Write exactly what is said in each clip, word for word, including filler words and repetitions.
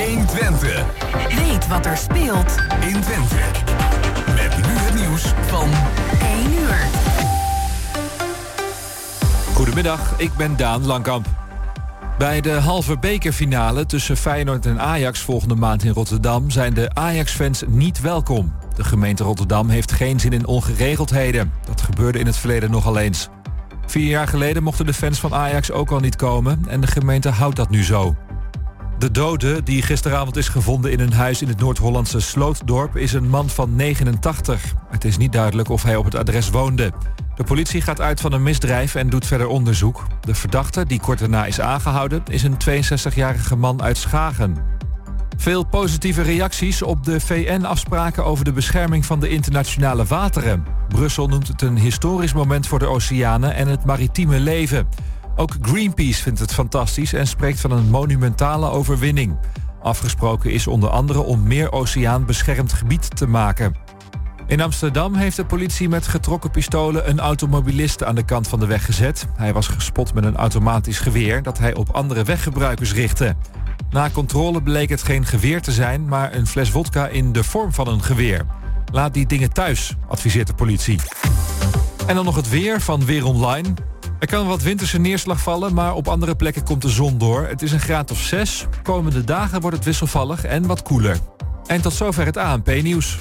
honderdéén Weet wat er speelt in Twente. Met nu het nieuws van één uur. Goedemiddag, ik ben Daan Langkamp. Bij de halve bekerfinale tussen Feyenoord en Ajax volgende maand in Rotterdam zijn de Ajax-fans niet welkom. De gemeente Rotterdam heeft geen zin in ongeregeldheden. Dat gebeurde in het verleden nogal eens. Vier jaar geleden mochten de fans van Ajax ook al niet komen en de gemeente houdt dat nu zo. De dode, die gisteravond is gevonden in een huis in het Noord-Hollandse Slootdorp, is een man van negenentachtig. Het is niet duidelijk of hij op het adres woonde. De politie gaat uit van een misdrijf en doet verder onderzoek. De verdachte, die kort daarna is aangehouden, is een tweeënzestigjarige man uit Schagen. Veel positieve reacties op de V N-afspraken over de bescherming van de internationale wateren. Brussel noemt het een historisch moment voor de oceanen en het maritieme leven. Ook Greenpeace vindt het fantastisch en spreekt van een monumentale overwinning. Afgesproken is onder andere om meer oceaan beschermd gebied te maken. In Amsterdam heeft de politie met getrokken pistolen een automobilist aan de kant van de weg gezet. Hij was gespot met een automatisch geweer dat hij op andere weggebruikers richtte. Na controle bleek het geen geweer te zijn, maar een fles wodka in de vorm van een geweer. Laat die dingen thuis, adviseert de politie. En dan nog het weer van Weer Online. Er kan wat winterse neerslag vallen, maar op andere plekken komt de zon door. Het is een graad of zes. Komende dagen wordt het wisselvallig en wat koeler. En tot zover het A N P-nieuws.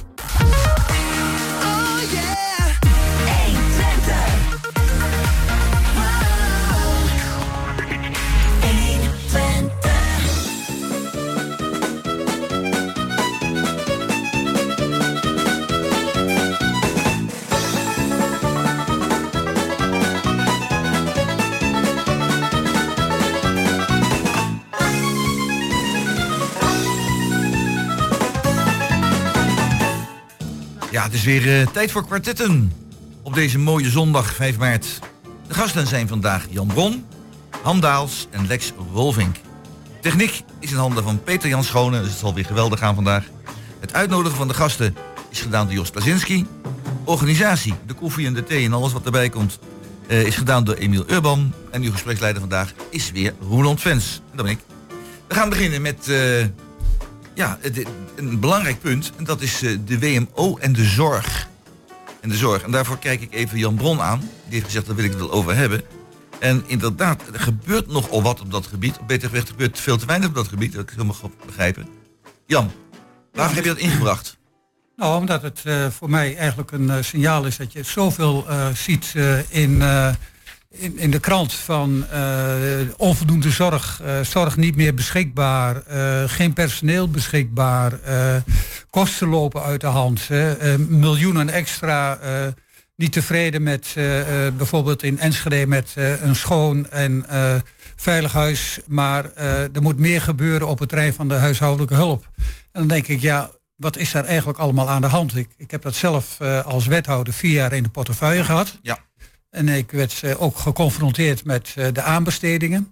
Ja, het is weer uh, tijd voor kwartetten. Op deze mooie zondag vijf maart. De gasten zijn vandaag Jan Bron, Han Daals en Lex Wolvink. Techniek is in handen van Peter Jan Schone, dus het zal weer geweldig gaan vandaag. Het uitnodigen van de gasten is gedaan door Jos Plazinski. Organisatie, de koffie en de thee en alles wat erbij komt, uh, is gedaan door Emiel Urban. En uw gespreksleider vandaag is weer Roeland Vens. En dat ben ik. We gaan beginnen met... Uh, Ja, een belangrijk punt, en dat is de W M O en de zorg. En de zorg. En daarvoor kijk ik even Jan Bron aan. Die heeft gezegd, daar wil ik het wel over hebben. En inderdaad, er gebeurt nogal wat op dat gebied. Of beter gezegd, er gebeurt veel te weinig op dat gebied. Dat ik helemaal goed begrijpen. Jan, waarom heb je dat ingebracht? Nou, omdat het uh, voor mij eigenlijk een uh, signaal is dat je zoveel uh, ziet uh, in... Uh, In, in de krant van uh, onvoldoende zorg, uh, zorg niet meer beschikbaar, uh, geen personeel beschikbaar, uh, kosten lopen uit de hand, uh, miljoenen extra, uh, niet tevreden met uh, uh, bijvoorbeeld in Enschede met uh, een schoon en uh, veilig huis, maar uh, er moet meer gebeuren op het terrein van de huishoudelijke hulp. En dan denk ik, ja, wat is daar eigenlijk allemaal aan de hand? Ik, ik heb dat zelf uh, als wethouder vier jaar in de portefeuille gehad. Ja. En ik werd uh, ook geconfronteerd met uh, de aanbestedingen.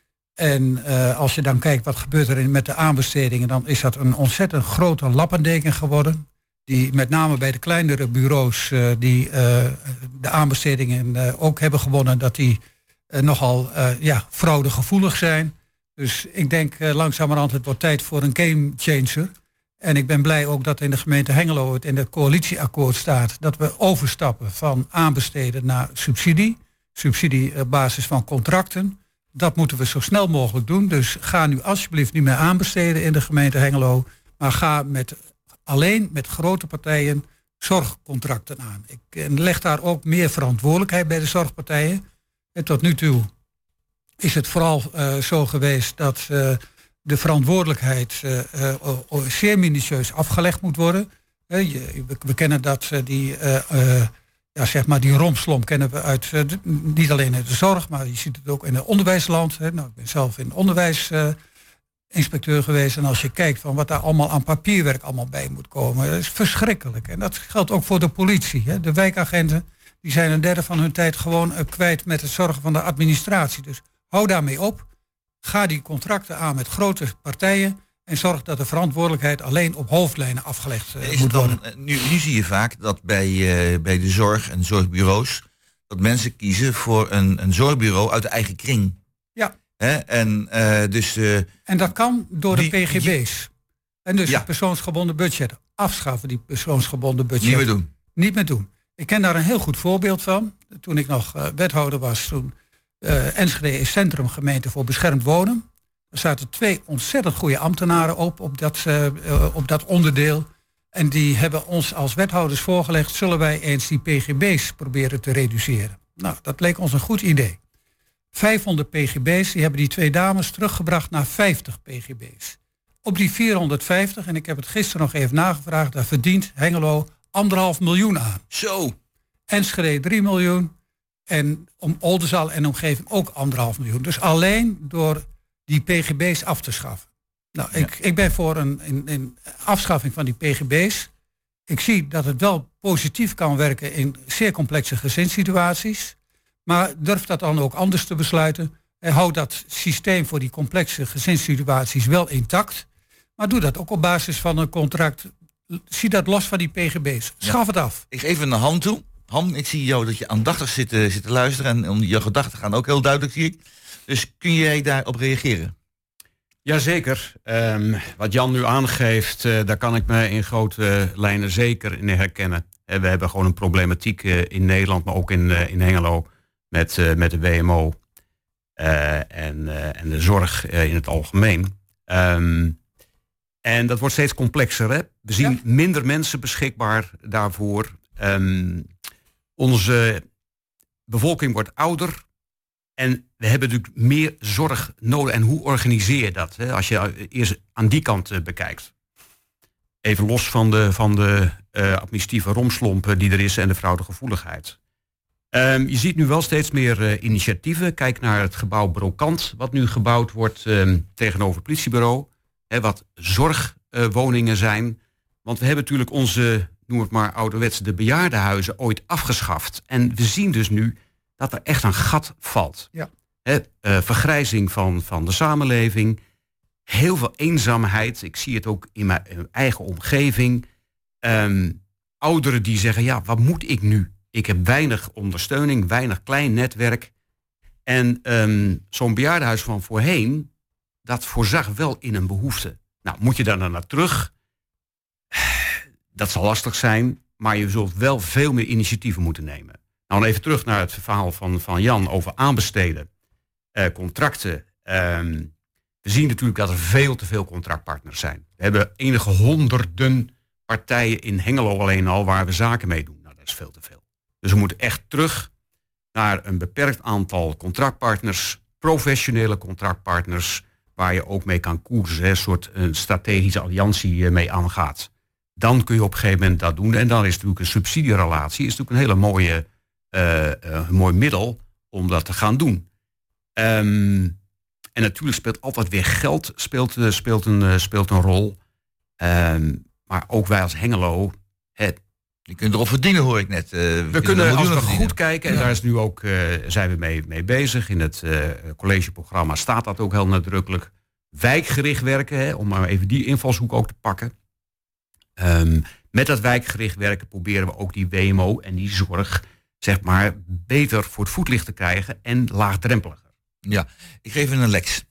En uh, als je dan kijkt wat gebeurt er in, met de aanbestedingen, dan is dat een ontzettend grote lappendeken geworden. Die met name bij de kleinere bureaus uh, die uh, de aanbestedingen uh, ook hebben gewonnen, dat die uh, nogal uh, ja, fraudegevoelig zijn. Dus ik denk uh, langzamerhand het wordt tijd voor een game changer. En ik ben blij ook dat in de gemeente Hengelo het in het coalitieakkoord staat dat we overstappen van aanbesteden naar subsidie. Subsidie op basis van contracten. Dat moeten we zo snel mogelijk doen. Dus ga nu alsjeblieft niet meer aanbesteden in de gemeente Hengelo. Maar ga met, alleen met grote partijen zorgcontracten aan. Ik leg daar ook meer verantwoordelijkheid bij de zorgpartijen. En tot nu toe is het vooral uh, zo geweest dat... Uh, de verantwoordelijkheid uh, uh, zeer minutieus afgelegd moet worden. Uh, je, we, we kennen dat, uh, die, uh, uh, ja, zeg maar die rompslomp kennen we uit, uh, de, niet alleen uit de zorg, maar je ziet het ook in het onderwijsland. Hè. Nou, ik ben zelf in onderwijsinspecteur uh, geweest. En als je kijkt van wat daar allemaal aan papierwerk allemaal bij moet komen, dat is verschrikkelijk. En dat geldt ook voor de politie. Hè. De wijkagenten die zijn een derde van hun tijd gewoon uh, kwijt met het zorgen van de administratie. Dus hou daarmee op. Ga die contracten aan met grote partijen en zorg dat de verantwoordelijkheid alleen op hoofdlijnen afgelegd uh, moet dan, worden. Nu, nu zie je vaak dat bij, uh, bij de zorg en zorgbureaus dat mensen kiezen voor een, een zorgbureau uit de eigen kring. Ja. Hè? En, uh, dus, uh, en dat kan door die, de P G B's. Die, en dus ja. het persoonsgebonden budget. Afschaffen die persoonsgebonden budget. Niet meer doen. Niet meer doen. Ik ken daar een heel goed voorbeeld van. Toen ik nog uh, wethouder was, toen uh, Enschede is centrumgemeente voor beschermd wonen. Er zaten twee ontzettend goede ambtenaren op, op dat, uh, uh, op dat onderdeel. En die hebben ons als wethouders voorgelegd, zullen wij eens die P G B's proberen te reduceren. Nou, dat leek ons een goed idee. vijfhonderd P G B's, die hebben die twee dames teruggebracht naar vijftig P G B's. Op die vierhonderdvijftig, en ik heb het gisteren nog even nagevraagd, daar verdient Hengelo anderhalf miljoen aan. Zo. Enschede drie miljoen en om Oldenzaal en omgeving ook anderhalf miljoen. Dus alleen door die P G B's af te schaffen. Nou, ja. ik, ik ben voor een, een, een afschaffing van die P G B's. Ik zie dat het wel positief kan werken in zeer complexe gezinssituaties. Maar durf dat dan ook anders te besluiten. En houd dat systeem voor die complexe gezinssituaties wel intact. Maar doe dat ook op basis van een contract. Zie dat los van die P G B's. Schaf ja. het af. Ik geef een hand toe. Han, ik zie jou dat je aandachtig zit, uh, zit te luisteren. En je gedachten gaan ook heel duidelijk, zie ik. Dus kun jij daarop reageren? Jazeker. Um, wat Jan nu aangeeft, uh, daar kan ik me in grote uh, lijnen zeker in herkennen. Uh, we hebben gewoon een problematiek uh, in Nederland, maar ook in, uh, in Hengelo met, uh, met de W M O uh, en, uh, en de zorg uh, in het algemeen. Um, en dat wordt steeds complexer. Hè? We zien ja. minder mensen beschikbaar daarvoor. Um, onze bevolking wordt ouder. En we hebben natuurlijk meer zorg nodig. En hoe organiseer je dat? Hè? Als je eerst aan die kant uh, bekijkt. Even los van de, van de uh, administratieve romslomp die er is en de fraudegevoeligheid. Um, je ziet nu wel steeds meer uh, initiatieven. Kijk naar het gebouw Brokant, wat nu gebouwd wordt um, tegenover het politiebureau. Hè, wat zorgwoningen uh, zijn. Want we hebben natuurlijk onze, noem het maar ouderwets, de bejaardenhuizen ooit afgeschaft. En we zien dus nu dat er echt een gat valt. Ja. He, uh, vergrijzing van, van de samenleving. Heel veel eenzaamheid. Ik zie het ook in mijn, in mijn eigen omgeving. Um, ouderen die zeggen, ja, wat moet ik nu? Ik heb weinig ondersteuning, weinig klein netwerk. En um, zo'n bejaardenhuis van voorheen, dat voorzag wel in een behoefte. Nou, moet je daar dan naar terug? Dat zal lastig zijn, maar je zult wel veel meer initiatieven moeten nemen. Nou, even terug naar het verhaal van, van Jan over aanbesteden. Uh, contracten. Um, we zien natuurlijk dat er veel te veel contractpartners zijn. We hebben enige honderden partijen in Hengelo alleen al waar we zaken mee doen. Nou, dat is veel te veel. Dus we moeten echt terug naar een beperkt aantal contractpartners, professionele contractpartners, waar je ook mee kan koersen, een soort een strategische alliantie mee aangaat. Dan kun je op een gegeven moment dat doen. En dan is natuurlijk een subsidierelatie, is natuurlijk een hele mooie Uh, uh, een mooi middel om dat te gaan doen. Um, en natuurlijk speelt altijd weer geld speelt, uh, speelt, een, uh, speelt een rol. Um, maar ook wij als Hengelo. Het, je kunt erop verdienen, hoor ik net. Uh, we, we kunnen, als we verdienen. goed kijken, en ja. daar is nu ook, uh, zijn we mee, mee bezig. In het uh, collegeprogramma staat dat ook heel nadrukkelijk. Wijkgericht werken, hè, om maar even die invalshoek ook te pakken. Um, met dat wijkgericht werken proberen we ook die W M O en die zorg, zeg maar, beter voor het voetlicht te krijgen en laagdrempeliger. Ja, ik geef een Lex.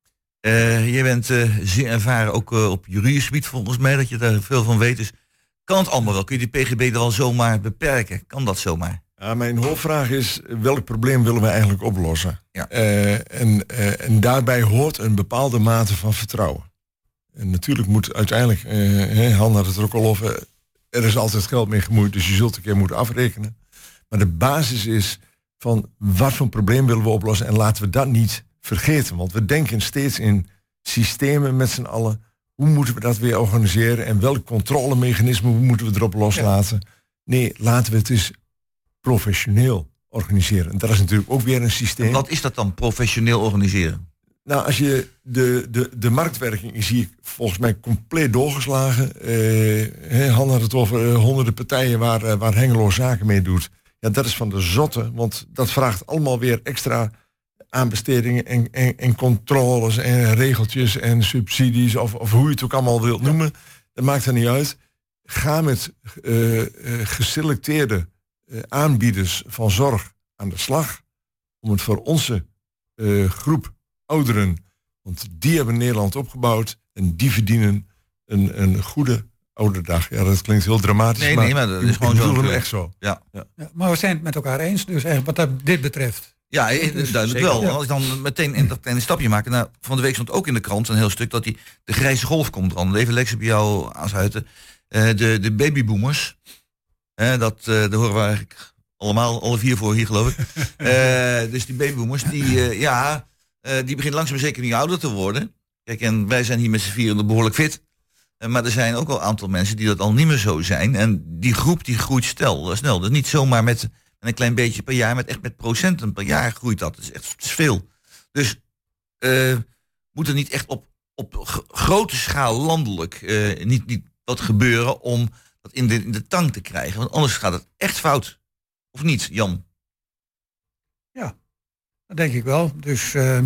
Uh, jij bent uh, zeer ervaren, ook uh, op juridisch gebied volgens mij, dat je daar veel van weet. Dus kan het allemaal wel? Kun je die P G B er al zomaar beperken? Kan dat zomaar? Ja, mijn hoofdvraag is, welk probleem willen we eigenlijk oplossen? Ja. Uh, en, uh, en daarbij hoort een bepaalde mate van vertrouwen. En natuurlijk moet uiteindelijk, uh, Han had het er ook al over, er is altijd geld mee gemoeid, dus je zult een keer moeten afrekenen. Maar de basis is van wat voor probleem willen we oplossen en laten we dat niet vergeten. Want we denken steeds in systemen met z'n allen. Hoe moeten we dat weer organiseren en welk controlemechanisme moeten we erop loslaten? Ja. Nee, laten we het eens professioneel organiseren. En dat is natuurlijk ook weer een systeem. En wat is dat dan, professioneel organiseren? Nou, als je de, de, de marktwerking zie ik volgens mij compleet doorgeslagen. Uh, Han had het over uh, honderden partijen waar, uh, waar Hengelo zaken mee doet. Ja, dat is van de zotte, want dat vraagt allemaal weer extra aanbestedingen en, en, en controles en regeltjes en subsidies of, of hoe je het ook allemaal wilt noemen. Dat maakt er niet uit. Ga met uh, uh, geselecteerde uh, aanbieders van zorg aan de slag om het voor onze uh, groep ouderen. Want die hebben Nederland opgebouwd en die verdienen een, een goede ouderdag. Ja, dat klinkt heel dramatisch, Nee, maar nee, maar dat is ik gewoon bedoel zo. hem echt zo. Ja. Ja, maar we zijn het met elkaar eens, dus eigenlijk wat dat, dit betreft. Ja, eh, duidelijk zeker. wel. Ja. Als ik dan meteen een kleine stapje maak. Nou, van de week stond ook in de krant een heel stuk dat die, de grijze golf komt eraan. Even Lex op jou aansluiten. Uh, de, de babyboomers. Uh, dat, uh, daar horen we eigenlijk allemaal, alle vier voor hier geloof ik. uh, dus die babyboomers, die, uh, ja, uh, die beginnen langzaam zeker niet ouder te worden. Kijk, en wij zijn hier met z'n vieren behoorlijk fit. Uh, maar er zijn ook al een aantal mensen die dat al niet meer zo zijn. En die groep die groeit stel, snel. Dus niet zomaar met... En een klein beetje per jaar, met echt met procenten per jaar groeit dat. Dat is echt dat is veel. Dus uh, moet er niet echt op, op g- grote schaal landelijk uh, niet, niet wat gebeuren om dat in de, in de tang te krijgen. Want anders gaat het echt fout. Of niet, Jan? Ja, dat denk ik wel. Dus uh,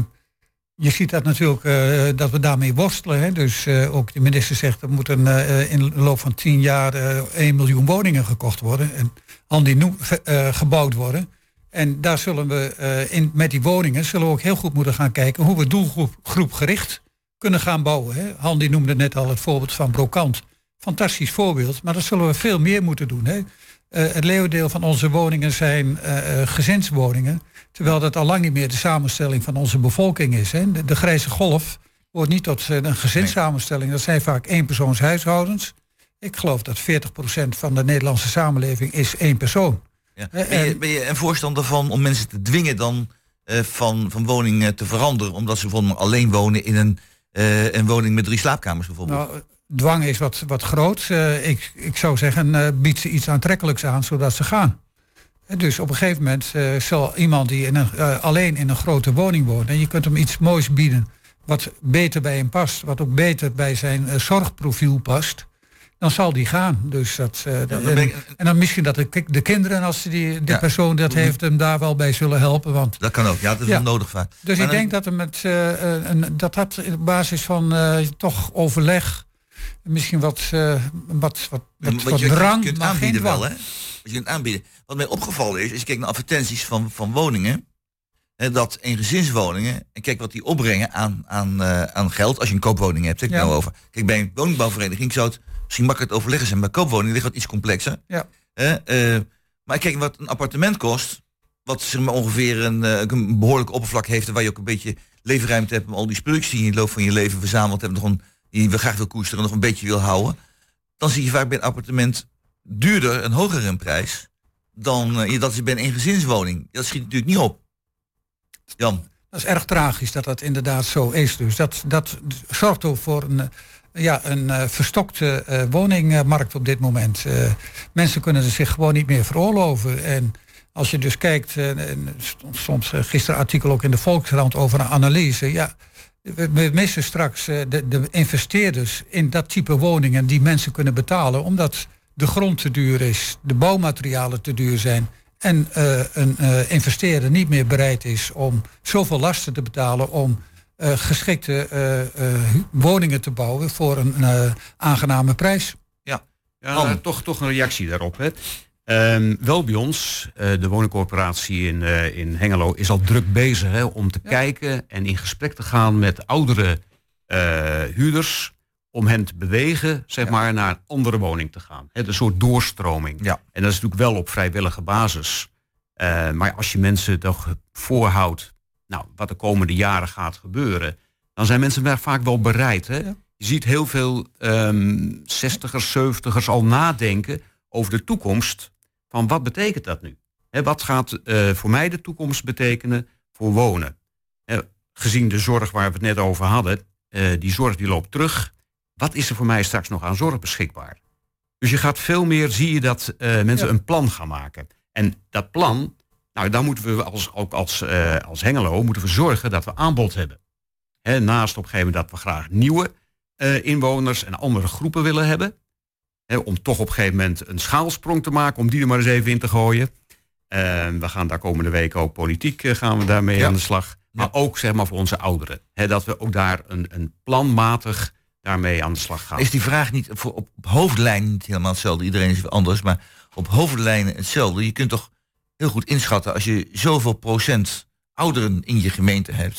je ziet dat natuurlijk uh, dat we daarmee worstelen. Hè? Dus uh, ook de minister zegt er moeten uh, in de loop van tien jaar uh, één miljoen woningen gekocht worden. En al die no- uh, gebouwd worden. En daar zullen we uh, in, met die woningen zullen we ook heel goed moeten gaan kijken hoe we doelgroep groepgericht kunnen gaan bouwen. Hè. Han die noemde net al het voorbeeld van Brokant. Fantastisch voorbeeld, maar dat zullen we veel meer moeten doen. Hè. Uh, het leeuwendeel van onze woningen zijn uh, gezinswoningen. Terwijl dat al lang niet meer de samenstelling van onze bevolking is. Hè. De, de grijze golf wordt niet tot uh, een gezinssamenstelling. Dat zijn vaak eenpersoonshuishoudens. Ik geloof dat veertig procent van de Nederlandse samenleving is één persoon. Ja. Ben, je, ben je een voorstander van om mensen te dwingen dan uh, van, van woningen te veranderen? Omdat ze bijvoorbeeld alleen wonen in een, uh, een woning met drie slaapkamers bijvoorbeeld? Nou, dwang is wat, wat groot. Uh, ik, ik zou zeggen, uh, bied ze iets aantrekkelijks aan zodat ze gaan. Uh, dus op een gegeven moment uh, zal iemand die in een, uh, alleen in een grote woning woont... en je kunt hem iets moois bieden wat beter bij hem past... wat ook beter bij zijn uh, zorgprofiel past... dan zal die gaan. Dus dat, uh, ja, dan en, ik... en dan misschien dat de, de kinderen, als die, de ja. persoon dat heeft, hem daar wel bij zullen helpen. Want, dat kan ook, ja, dat is ja. wel nodig vaak. Dus maar ik dan... denk dat er met uh, een, dat dat op basis van uh, toch overleg, misschien wat, uh, wat, wat, wat, wat, wat je drang, kunt aanbieden wel, hè? Wat je kunt aanbieden. Wat mij opgevallen is, is kijk naar advertenties van, van woningen. Hè, dat eengezinswoningen, en kijk wat die opbrengen aan, aan, uh, aan geld, als je een koopwoning hebt, heb ik ja. nou over. Kijk, bij een woningbouwvereniging zou het misschien makkelijk overleggen zijn. Bij koopwoningen ligt het iets complexer. Ja. Uh, uh, maar kijk, wat een appartement kost, wat zeg maar ongeveer een, uh, een behoorlijk oppervlak heeft, en waar je ook een beetje leefruimte hebt om al die spulletjes die je in de loop van je leven verzameld hebt, nog een, die je graag wil koesteren, nog een beetje wil houden, dan zie je vaak bij een appartement duurder, een hogere prijs, dan uh, dat is bij een eengezinswoning. Dat schiet natuurlijk niet op. Jan? Dat is erg tragisch dat dat inderdaad zo is. Dus dat, dat zorgt ook voor een... Ja, een uh, verstokte uh, woningmarkt op dit moment. Uh, mensen kunnen er zich gewoon niet meer veroorloven. En als je dus kijkt, uh, soms uh, gisteren een artikel ook in de Volkskrant over een analyse. Ja, we, we missen straks uh, de, de investeerders in dat type woningen die mensen kunnen betalen. Omdat de grond te duur is, de bouwmaterialen te duur zijn. En uh, een uh, investeerder niet meer bereid is om zoveel lasten te betalen om Uh, geschikte uh, uh, woningen te bouwen voor een uh, aangename prijs. Ja, ja uh, toch, toch een reactie daarop. Hè. Uh, wel bij ons, uh, de woningcorporatie in, uh, in Hengelo is al druk bezig hè, om te ja. kijken en in gesprek te gaan met oudere uh, huurders om hen te bewegen zeg ja. maar, naar een andere woning te gaan. Hè, een soort doorstroming. Ja. En dat is natuurlijk wel op vrijwillige basis. Uh, maar als je mensen toch voorhoudt, nou, wat de komende jaren gaat gebeuren, dan zijn mensen daar vaak wel bereid. Hè? Ja. Je ziet heel veel um, zestigers, zeventigers al nadenken over de toekomst. Van wat betekent dat nu? Hè, wat gaat uh, voor mij de toekomst betekenen voor wonen? Uh, gezien de zorg waar we het net over hadden, uh, die zorg die loopt terug. Wat is er voor mij straks nog aan zorg beschikbaar? Dus je gaat veel meer, zie je dat uh, mensen ja. een plan gaan maken. En dat plan, nou, dan moeten we als, ook als, uh, als Hengelo moeten we zorgen dat we aanbod hebben. He, naast op een gegeven moment dat we graag nieuwe uh, inwoners en andere groepen willen hebben. He, om toch op een gegeven moment een schaalsprong te maken, om die er maar eens even in te gooien. Uh, we gaan daar komende week ook politiek uh, gaan we daarmee ja. aan de slag. Maar ja. ook zeg maar voor onze ouderen. He, dat we ook daar een, een planmatig daarmee aan de slag gaan. Is die vraag niet voor, op, op hoofdlijnen niet helemaal hetzelfde? Iedereen is anders, maar op hoofdlijnen hetzelfde. Je kunt toch heel goed inschatten, als je zoveel procent ouderen in je gemeente hebt, dan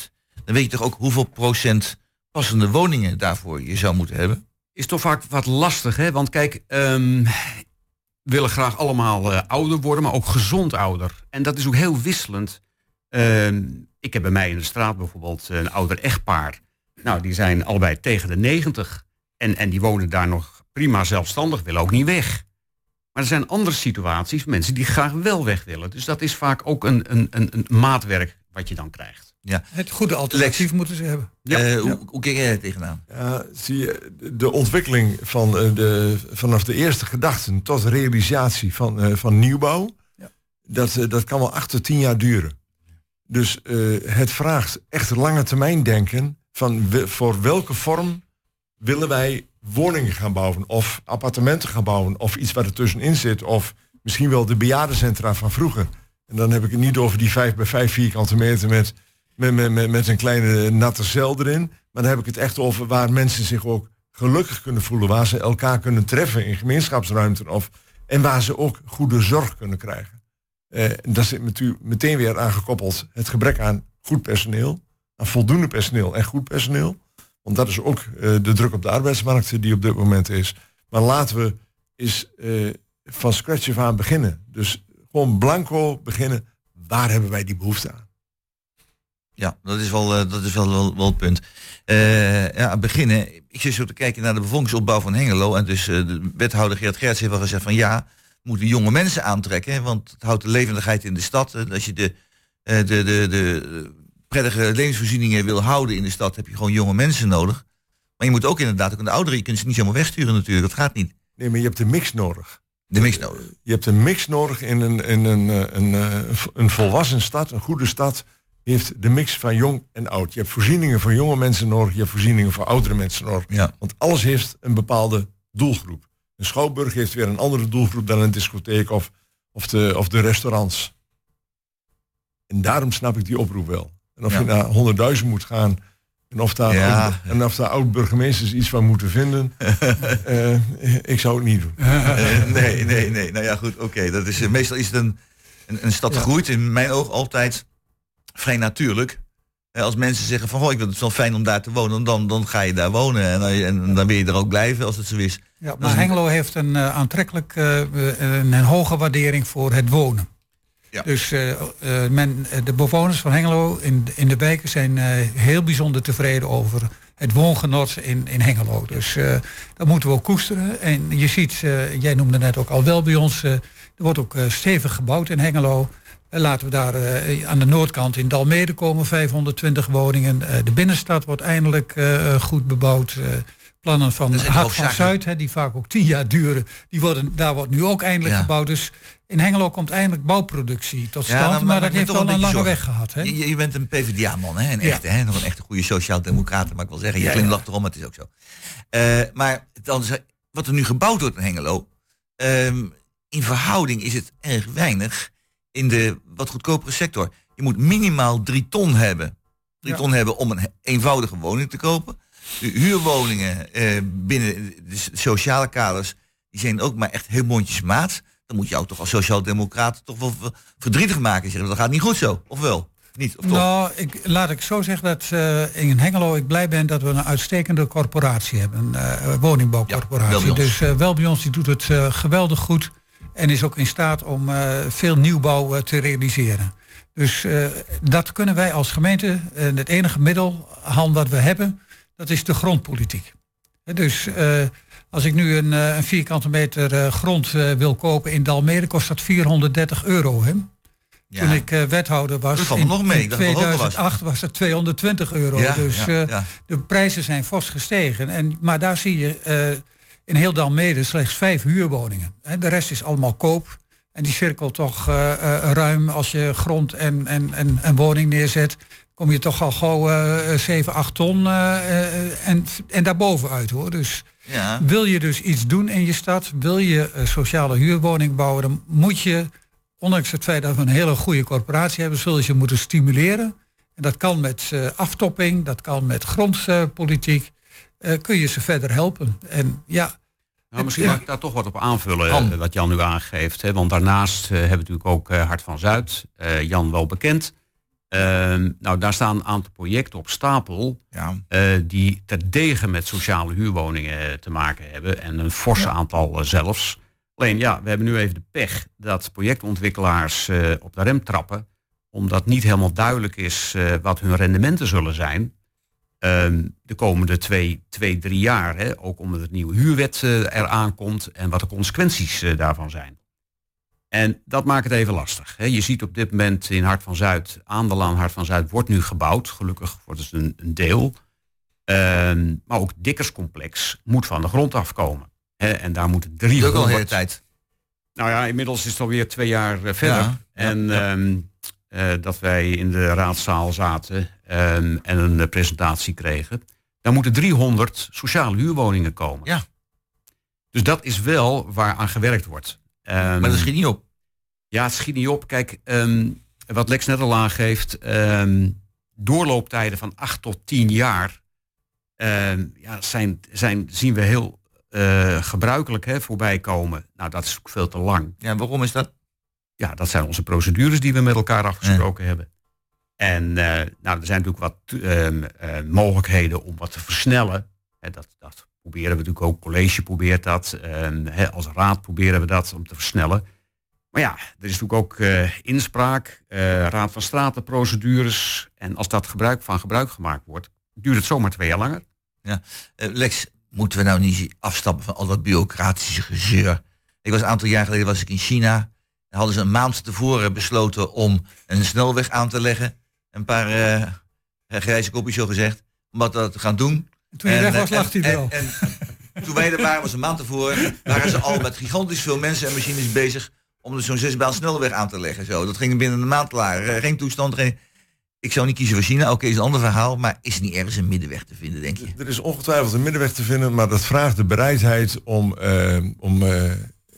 dan weet je toch ook hoeveel procent passende woningen daarvoor je zou moeten hebben? Is toch vaak wat lastig, hè? Want kijk, um, we willen graag allemaal uh, ouder worden, maar ook gezond ouder. En dat is ook heel wisselend. Uh, ik heb bij mij in de straat bijvoorbeeld een ouder echtpaar. Nou, die zijn allebei tegen de negentig. En, en die wonen daar nog prima zelfstandig, willen ook niet weg. Maar er zijn andere situaties, mensen die graag wel weg willen. Dus dat is vaak ook een, een, een, een maatwerk wat je dan krijgt. Ja. Het goede alternatief Lex, moeten ze hebben. Ja. Uh, ja. Hoe, hoe kijk jij er tegenaan? Ja, zie je, de ontwikkeling van de, vanaf de eerste gedachten tot realisatie van, uh, van nieuwbouw, ja. dat, uh, dat kan wel acht tot tien jaar duren. Dus uh, het vraagt echt lange termijn denken van we, voor welke vorm willen wij woningen gaan bouwen of appartementen gaan bouwen of iets wat er tussenin zit of misschien wel de bejaardencentra van vroeger. En dan heb ik het niet over die vijf bij vijf vierkante meter met, met, met, met, met een kleine natte cel erin. Maar dan heb ik het echt over waar mensen zich ook gelukkig kunnen voelen. Waar ze elkaar kunnen treffen in gemeenschapsruimten. Of, en waar ze ook goede zorg kunnen krijgen. Uh, daar zit natuurlijk meteen weer aangekoppeld het gebrek aan goed personeel. Aan voldoende personeel en goed personeel. Want dat is ook uh, de druk op de arbeidsmarkt die op dit moment is. Maar laten we eens uh, van scratch af aan beginnen. Dus gewoon blanco beginnen. Waar hebben wij die behoefte aan? Ja, dat is wel, uh, dat is wel, wel, wel het punt. Uh, ja, beginnen. Ik zit zo te kijken naar de bevolkingsopbouw van Hengelo. En dus uh, de wethouder Geert Gerts heeft wel gezegd van ja, we moeten jonge mensen aantrekken. Want het houdt de levendigheid in de stad. Uh, als je de, uh, de, de, de, de prettige levensvoorzieningen wil houden in de stad, heb je gewoon jonge mensen nodig. Maar je moet ook inderdaad ook aan de ouderen. Je kunt ze niet zomaar wegsturen natuurlijk. Dat gaat niet. Nee, maar je hebt een mix nodig. De mix nodig. Je hebt een mix nodig in een, in een, een, een, een volwassen stad, een goede stad. Heeft de mix van jong en oud. Je hebt voorzieningen voor jonge mensen nodig. Je hebt voorzieningen voor oudere mensen nodig. Ja. Want alles heeft een bepaalde doelgroep. Een schouwburg heeft weer een andere doelgroep dan een discotheek of, of, de, of de restaurants. En daarom snap ik die oproep wel. En of ja. je naar honderdduizend moet gaan en of daar, ja. oud, en of daar oud-burgemeesters iets van moeten vinden. uh, ik zou het niet doen. Uh, nee, nee, nee. Nou ja, goed, oké. Okay. Dat is uh, meestal is het een, een, een stad ja. groeit in mijn oog altijd vrij natuurlijk. Als mensen zeggen van, oh, ik vind het wel fijn om daar te wonen, dan, dan ga je daar wonen en dan, en dan wil je er ook blijven als het zo is. Ja, maar Hengelo een... heeft een uh, aantrekkelijk uh, een, een hoge waardering voor het wonen. Ja. Dus uh, uh, men, de bewoners van Hengelo in, in de wijken zijn uh, heel bijzonder tevreden over het woongenot in, in Hengelo. Dus uh, dat moeten we ook koesteren. En je ziet, uh, jij noemde net ook al wel bij ons, uh, er wordt ook uh, stevig gebouwd in Hengelo. Laten we daar uh, aan de noordkant in Dalmede komen, vijfhonderdtwintig woningen. Uh, de binnenstad wordt eindelijk uh, goed bebouwd. Uh, plannen van Hart van Zuid, hè, die vaak ook tien jaar duren, die worden, daar wordt nu ook eindelijk ja. gebouwd. Dus in Hengelo komt eindelijk bouwproductie tot stand, ja, nou, maar, maar dat heeft wel een, een lange zorg. weg gehad. Hè? Je, je bent een P v d A-man, hè? Een echte, ja. hè? Nog een echte goede sociaal-democraat, mag ik wel zeggen. Je ja, glimlacht erom, maar het is ook zo. Uh, maar dan, wat er nu gebouwd wordt in Hengelo, uh, in verhouding is het erg weinig in de wat goedkopere sector. Je moet minimaal drie ton hebben. Drie ja. ton hebben om een eenvoudige woning te kopen. De huurwoningen eh, binnen de sociale kaders, die zijn ook maar echt heel mondjesmaat. Dan moet je ook toch als sociaal-democraat toch wel verdrietig maken. Zeggen, dat gaat niet goed zo, of wel? Niet, of toch? Nou, ik, laat ik zo zeggen dat uh, in Hengelo ik blij ben dat we een uitstekende corporatie hebben. Een uh, woningbouwcorporatie. Ja, dus uh, Welbions die doet het uh, geweldig goed. En is ook in staat om uh, veel nieuwbouw uh, te realiseren. Dus uh, dat kunnen wij als gemeente, uh, het enige middelhand wat we hebben, dat is de grondpolitiek. Dus uh, als ik nu een, uh, een vierkante meter uh, grond uh, wil kopen in Dalmede, kost dat vierhonderddertig euro. Hè? Ja. Toen ik uh, wethouder was, in, nog mee. in tweeduizend acht was het tweehonderdtwintig euro. Ja, dus ja, uh, ja. de prijzen zijn fors gestegen. En, maar daar zie je uh, in heel Dalmede slechts vijf huurwoningen. Hè? De rest is allemaal koop. En die cirkelt toch uh, uh, ruim als je grond en, en, en, en woning neerzet, kom je toch al gauw uh, zeven, acht ton uh, uh, en, en daarboven uit, hoor. Dus ja. wil je dus iets doen in je stad, wil je uh, sociale huurwoning bouwen, dan moet je, ondanks het feit dat we een hele goede corporatie hebben, zul je ze moeten stimuleren. En dat kan met uh, aftopping, dat kan met grondpolitiek, uh, kun je ze verder helpen. En ja. Nou, misschien mag ik daar toch wat op aanvullen, Jan. Wat Jan nu aangeeft. Hè? Want daarnaast uh, hebben we natuurlijk ook uh, Hart van Zuid, uh, Jan wel bekend. Uh, nou, daar staan een aantal projecten op stapel... Ja. Uh, die terdege met sociale huurwoningen te maken hebben. En een fors ja. aantal uh, zelfs. Alleen, ja, we hebben nu even de pech... dat projectontwikkelaars uh, op de rem trappen... omdat niet helemaal duidelijk is uh, wat hun rendementen zullen zijn... Uh, de komende twee, twee drie jaar. Hè, ook omdat het nieuwe huurwet uh, eraan komt... en wat de consequenties uh, daarvan zijn. En dat maakt het even lastig. Hè. Je ziet op dit moment in Hart van Zuid... aan de Laan Hart van Zuid wordt nu gebouwd. Gelukkig wordt het een, een deel. Uh, maar ook Dikkerscomplex moet van de grond afkomen. Hè. En daar moeten driehonderd... Dat is ook al een hele tijd. Nou ja, inmiddels is het alweer twee jaar uh, verder. Ja, en ja. Um, uh, dat wij in de raadzaal zaten... Um, en een uh, presentatie kregen. Daar moeten driehonderd sociale huurwoningen komen. Ja. Dus dat is wel waar aan gewerkt wordt. Um, maar dat schiet niet op. Ja, het schiet niet op. Kijk, um, wat Lex net al aangeeft... Um, doorlooptijden van acht tot tien jaar... Um, ja, zijn, zijn, zien we heel uh, gebruikelijk hè, voorbij komen. Nou, dat is ook veel te lang. Ja, waarom is dat? Ja, dat zijn onze procedures die we met elkaar afgesproken ja. hebben. En uh, nou, er zijn natuurlijk wat uh, uh, mogelijkheden om wat te versnellen. Hè, dat, dat proberen we natuurlijk ook. College probeert dat. Uh, hè, als raad proberen we dat om te versnellen. Maar ja, er is natuurlijk ook uh, inspraak, uh, raad van statenprocedures. En als dat gebruik van gebruik gemaakt wordt, duurt het zomaar twee jaar langer. Ja. Uh, Lex, moeten we nou niet afstappen van al dat bureaucratische gezeur? Ik was een aantal jaar geleden was ik in China. En hadden ze een maand tevoren besloten om een snelweg aan te leggen. Een paar uh, grijze kopjes zo gezegd. Om dat te gaan doen. En toen je en, weg was, lacht hij wel. En, en toen wij er waren, was een maand tevoren, waren ze al met gigantisch veel mensen en machines bezig om er zo'n zesbaan snelweg aan te leggen. Zo. Dat ging binnen een maand klaar. Geen toestand, geen... Ik zou niet kiezen voor China, oké, okay, is een ander verhaal, maar is er niet ergens een middenweg te vinden, denk je? Er is ongetwijfeld een middenweg te vinden, maar dat vraagt de bereidheid om, uh, om uh,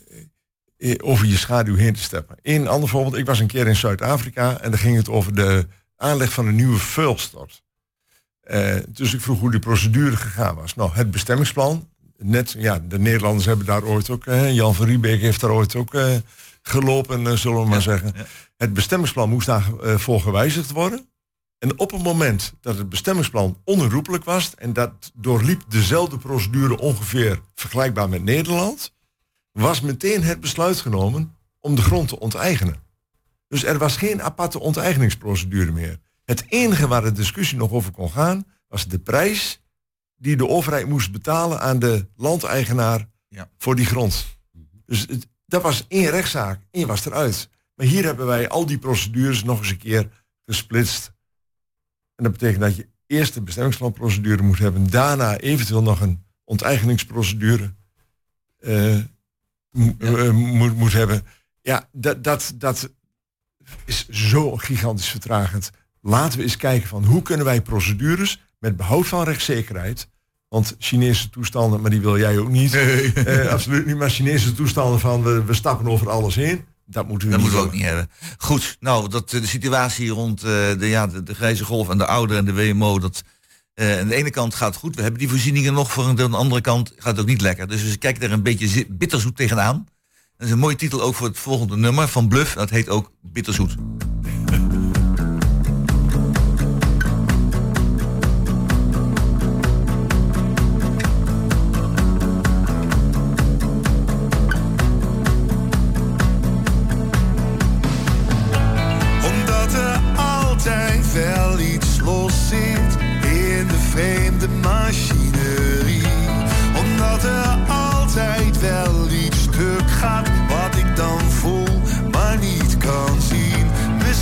over je schaduw heen te stappen. Een ander voorbeeld, ik was een keer in Zuid-Afrika en daar ging het over de aanleg van een nieuwe vuilstort. Uh, dus ik vroeg hoe die procedure gegaan was. Nou, het bestemmingsplan, net, ja, de Nederlanders hebben daar ooit ook, uh, Jan van Riebeek heeft daar ooit ook uh, gelopen, uh, zullen we maar ja, zeggen. Ja. Het bestemmingsplan moest daarvoor uh, gewijzigd worden. En op het moment dat het bestemmingsplan onherroepelijk was, en dat doorliep dezelfde procedure ongeveer vergelijkbaar met Nederland, was meteen het besluit genomen om de grond te onteigenen. Dus er was geen aparte onteigeningsprocedure meer. Het enige waar de discussie nog over kon gaan, was de prijs die de overheid moest betalen aan de landeigenaar ja. voor die grond. Dus het, dat was één rechtszaak, één was eruit. Maar hier hebben wij al die procedures nog eens een keer gesplitst. En dat betekent dat je eerst een bestemmingsplanprocedure moet hebben, daarna eventueel nog een onteigeningsprocedure uh, m- ja. uh, moet, moet hebben. Ja, dat, dat, dat is zo gigantisch vertragend. Laten we eens kijken van hoe kunnen wij procedures met behoud van rechtszekerheid, want Chinese toestanden, maar die wil jij ook niet, nee. uh, absoluut niet, maar Chinese toestanden van we, we stappen over alles heen. Dat moeten we, dat niet, moeten we ook niet hebben. Goed, nou, dat, de situatie rond uh, de, ja, de, de grijze golf en de ouder en de W M O, dat uh, aan de ene kant gaat goed. We hebben die voorzieningen nog, voor aan de andere kant gaat het ook niet lekker. Dus we kijken er een beetje bitterzoet tegenaan. Dat is een mooie titel ook voor het volgende nummer van Bluff. Dat heet ook Bitterzoet. Wel iets los zit in de vreemde machinerie. Omdat er altijd wel iets stuk gaat wat ik dan voel, maar niet kan zien.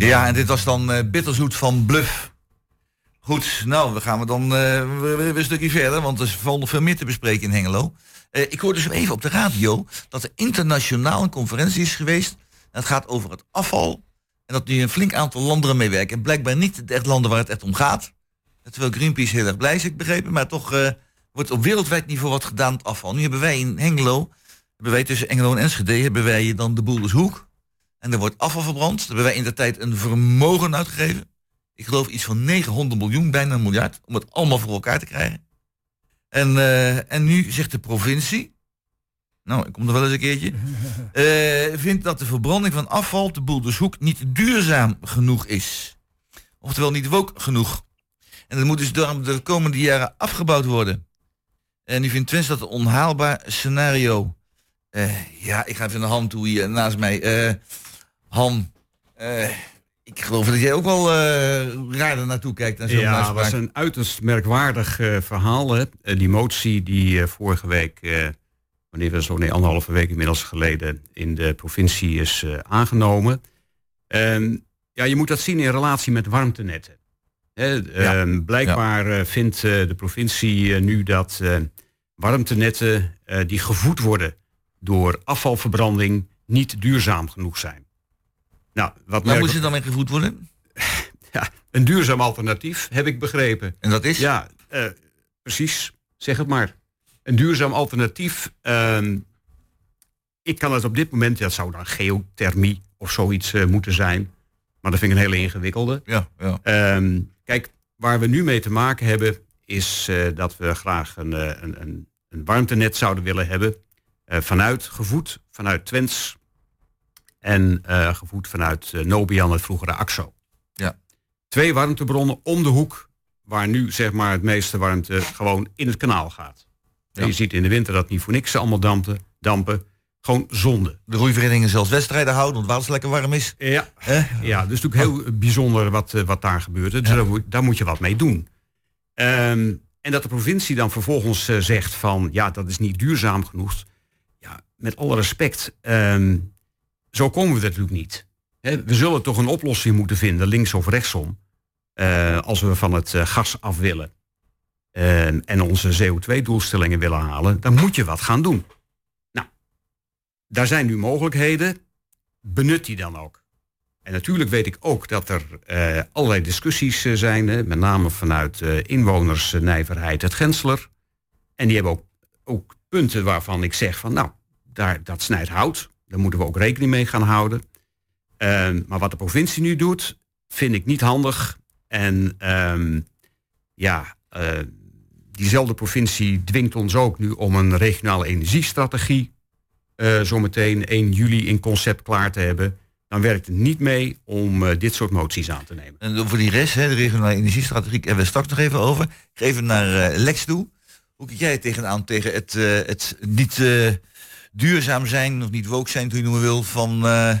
Ja, en dit was dan uh, Bitterzoet van Bluff. Goed, nou, we gaan we dan uh, weer, weer een stukje verder, want er valt nog veel meer te bespreken in Hengelo. Uh, ik hoorde dus even op de radio dat er internationaal een conferentie is geweest. En het gaat over het afval. En dat nu een flink aantal landen aan meewerken. En blijkbaar niet de echt landen waar het echt om gaat. Terwijl Greenpeace heel erg blij is, ik begrepen. Maar toch uh, wordt op wereldwijd niveau wat gedaan met afval. Nu hebben wij in Hengelo, hebben wij tussen Hengelo en Enschede, hebben wij dan de Boelershoek. En er wordt afval verbrand. Daar hebben wij in de tijd een vermogen uitgegeven. Ik geloof iets van negenhonderd miljoen, bijna een miljard. Om het allemaal voor elkaar te krijgen. En, uh, en nu zegt de provincie, nou, ik kom er wel eens een keertje, uh, vindt dat de verbranding van afval op de Boelershoek niet duurzaam genoeg is. Oftewel niet woke genoeg. En dat moet dus door de komende jaren afgebouwd worden. En nu vindt Twents dat een onhaalbaar scenario. Uh, ja, ik ga even naar Han toe hier naast mij. Uh, Han, uh, ik geloof dat jij ook wel uh, raar er naartoe kijkt. En zo ja, dat was een uiterst merkwaardig uh, verhaal. Hè. Uh, die motie die uh, vorige week, uh, wanneer we zo nee, anderhalve week inmiddels geleden, in de provincie is uh, aangenomen. Uh, ja, je moet dat zien in relatie met warmtenetten. He, ja. uh, blijkbaar ja. uh, vindt uh, de provincie uh, nu dat uh, warmtenetten uh, die gevoed worden door afvalverbranding niet duurzaam genoeg zijn. Nou, wat Waar moet ze dan mee gevoed worden? Ja, een duurzaam alternatief, heb ik begrepen. En dat is? Ja, uh, precies, zeg het maar. Een duurzaam alternatief. Uh, ik kan het op dit moment, dat zou dan geothermie of zoiets uh, moeten zijn. Maar dat vind ik een hele ingewikkelde. Ja, ja. Um, kijk, waar we nu mee te maken hebben, is uh, dat we graag een, uh, een, een, een warmtenet zouden willen hebben. Uh, vanuit, gevoed vanuit Twents. En uh, gevoed vanuit uh, Nobian, het vroegere AXO. Ja. Twee warmtebronnen om de hoek, waar nu zeg maar het meeste warmte gewoon in het kanaal gaat. Ja. En je ziet in de winter dat niet voor niks allemaal dampen. dampen. Gewoon zonde. De roeiverenigingen zelfs wedstrijden houden, omdat het lekker warm is. Ja, eh? ja, dus natuurlijk heel bijzonder wat, wat daar gebeurt. Dus ja. daar, moet, daar moet je wat mee doen. Um, en dat de provincie dan vervolgens uh, zegt van, ja, dat is niet duurzaam genoeg. Ja, met alle respect, um, zo komen we er natuurlijk niet. He, we zullen toch een oplossing moeten vinden, links of rechtsom. Uh, als we van het uh, gas af willen. Uh, en onze C O twee doelstellingen willen halen, dan moet je wat gaan doen. Daar zijn nu mogelijkheden, benut die dan ook. En natuurlijk weet ik ook dat er uh, allerlei discussies uh, zijn, hè, met name vanuit uh, inwonersnijverheid het Gensler. En die hebben ook, ook punten waarvan ik zeg van, nou, daar, dat snijdt hout. Daar moeten we ook rekening mee gaan houden. Uh, maar wat de provincie nu doet, vind ik niet handig. En um, ja, uh, diezelfde provincie dwingt ons ook nu om een regionale energiestrategie Uh, zometeen één juli in concept klaar te hebben. Dan werkt het niet mee om uh, dit soort moties aan te nemen. En voor die rest, hè, de regionale energiestrategie, hebben we straks nog even over. Ik ga even naar uh, Lex toe. Hoe kijk jij er tegenaan tegen het, uh, het niet uh, duurzaam zijn, of niet woke zijn, hoe je noemen wil, van, uh,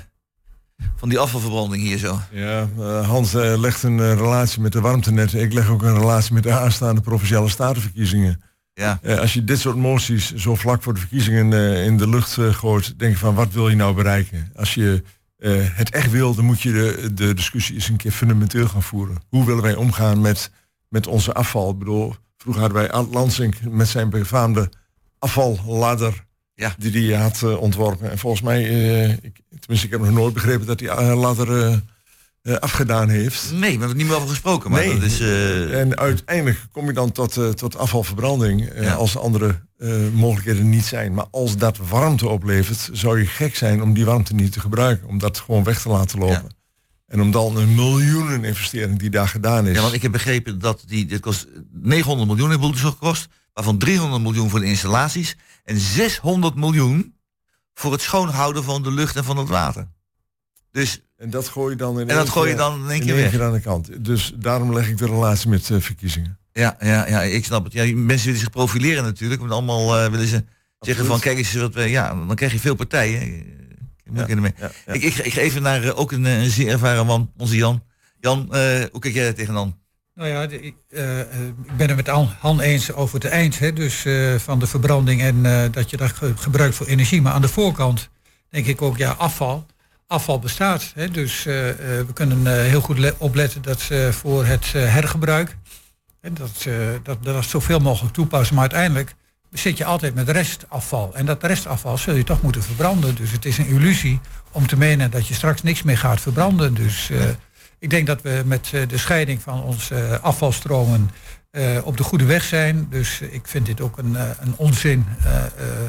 van die afvalverbranding hier zo? Ja, uh, Hans uh, legt een uh, relatie met de warmtenetten. Ik leg ook een relatie met de aanstaande provinciale statenverkiezingen. Ja. Uh, als je dit soort moties zo vlak voor de verkiezingen uh, in de lucht uh, gooit, denk je van, wat wil je nou bereiken? Als je uh, het echt wil, dan moet je de, de discussie eens een keer fundamenteel gaan voeren. Hoe willen wij omgaan met, met onze afval? Ik bedoel, vroeger hadden wij Art Lansink met zijn befaamde afvalladder, ja, die hij had uh, ontworpen. En volgens mij, uh, ik, tenminste ik heb nog nooit begrepen dat die uh, ladder uh, uh, afgedaan heeft. Nee, we hebben er niet meer over gesproken. Maar nee. dat is, uh... En uiteindelijk kom je dan tot, uh, tot afvalverbranding uh, ja. als andere uh, mogelijkheden niet zijn. Maar als dat warmte oplevert, zou je gek zijn om die warmte niet te gebruiken. Om dat gewoon weg te laten lopen. Ja. En om dan een miljoenen investering die daar gedaan is. Ja, want ik heb begrepen dat die, dit kost negenhonderd miljoen in Boeldershoek gekost. Waarvan driehonderd miljoen voor de installaties. En zeshonderd miljoen voor het schoonhouden van de lucht en van het water. Dus... En dat gooi je dan in en dat gooi je dan in één keer weg. aan de kant. Dus daarom leg ik de relatie met uh, verkiezingen. Ja, ja, ja, ik snap het. Ja, mensen willen zich profileren natuurlijk. Want allemaal uh, willen ze Absoluut. zeggen van, kijk eens wat we... Ja, dan krijg je veel partijen. Ja, ja, ja. Ik, ik, ik ga even naar uh, ook een, een zeer ervaren man, onze Jan. Jan, uh, hoe kijk jij tegenaan? Nou ja, de, ik, uh, ik ben het met Han eens over het eind. Hè, dus uh, van de verbranding en uh, dat je dat ge- gebruikt voor energie. Maar aan de voorkant denk ik ook, ja, afval... afval bestaat. Hè. Dus uh, uh, we kunnen uh, heel goed le- opletten dat uh, voor het uh, hergebruik... Hè, dat, uh, dat, dat zoveel mogelijk toepassen. Maar uiteindelijk zit je altijd met restafval. En dat restafval zul je toch moeten verbranden. Dus het is een illusie om te menen dat je straks niks meer gaat verbranden. Dus uh, ik denk dat we met uh, de scheiding van onze uh, afvalstromen... Uh, op de goede weg zijn. Dus uh, ik vind dit ook een, uh, een onzin uh, uh,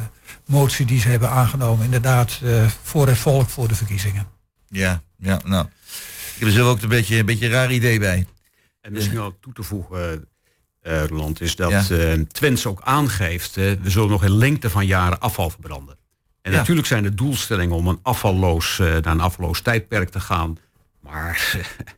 motie die ze hebben aangenomen. Inderdaad, uh, voor het volk, voor de verkiezingen. Ja, ja, nou. Ik heb er zelf ook een beetje een beetje een raar idee bij. En misschien wel toe te voegen, uh, Roland, is dat Ja. uh, Twents ook aangeeft... Uh, we zullen nog in lengte van jaren afval verbranden. En Ja. natuurlijk zijn de doelstellingen om een afvalloos, uh, naar een afvalloos tijdperk te gaan. Maar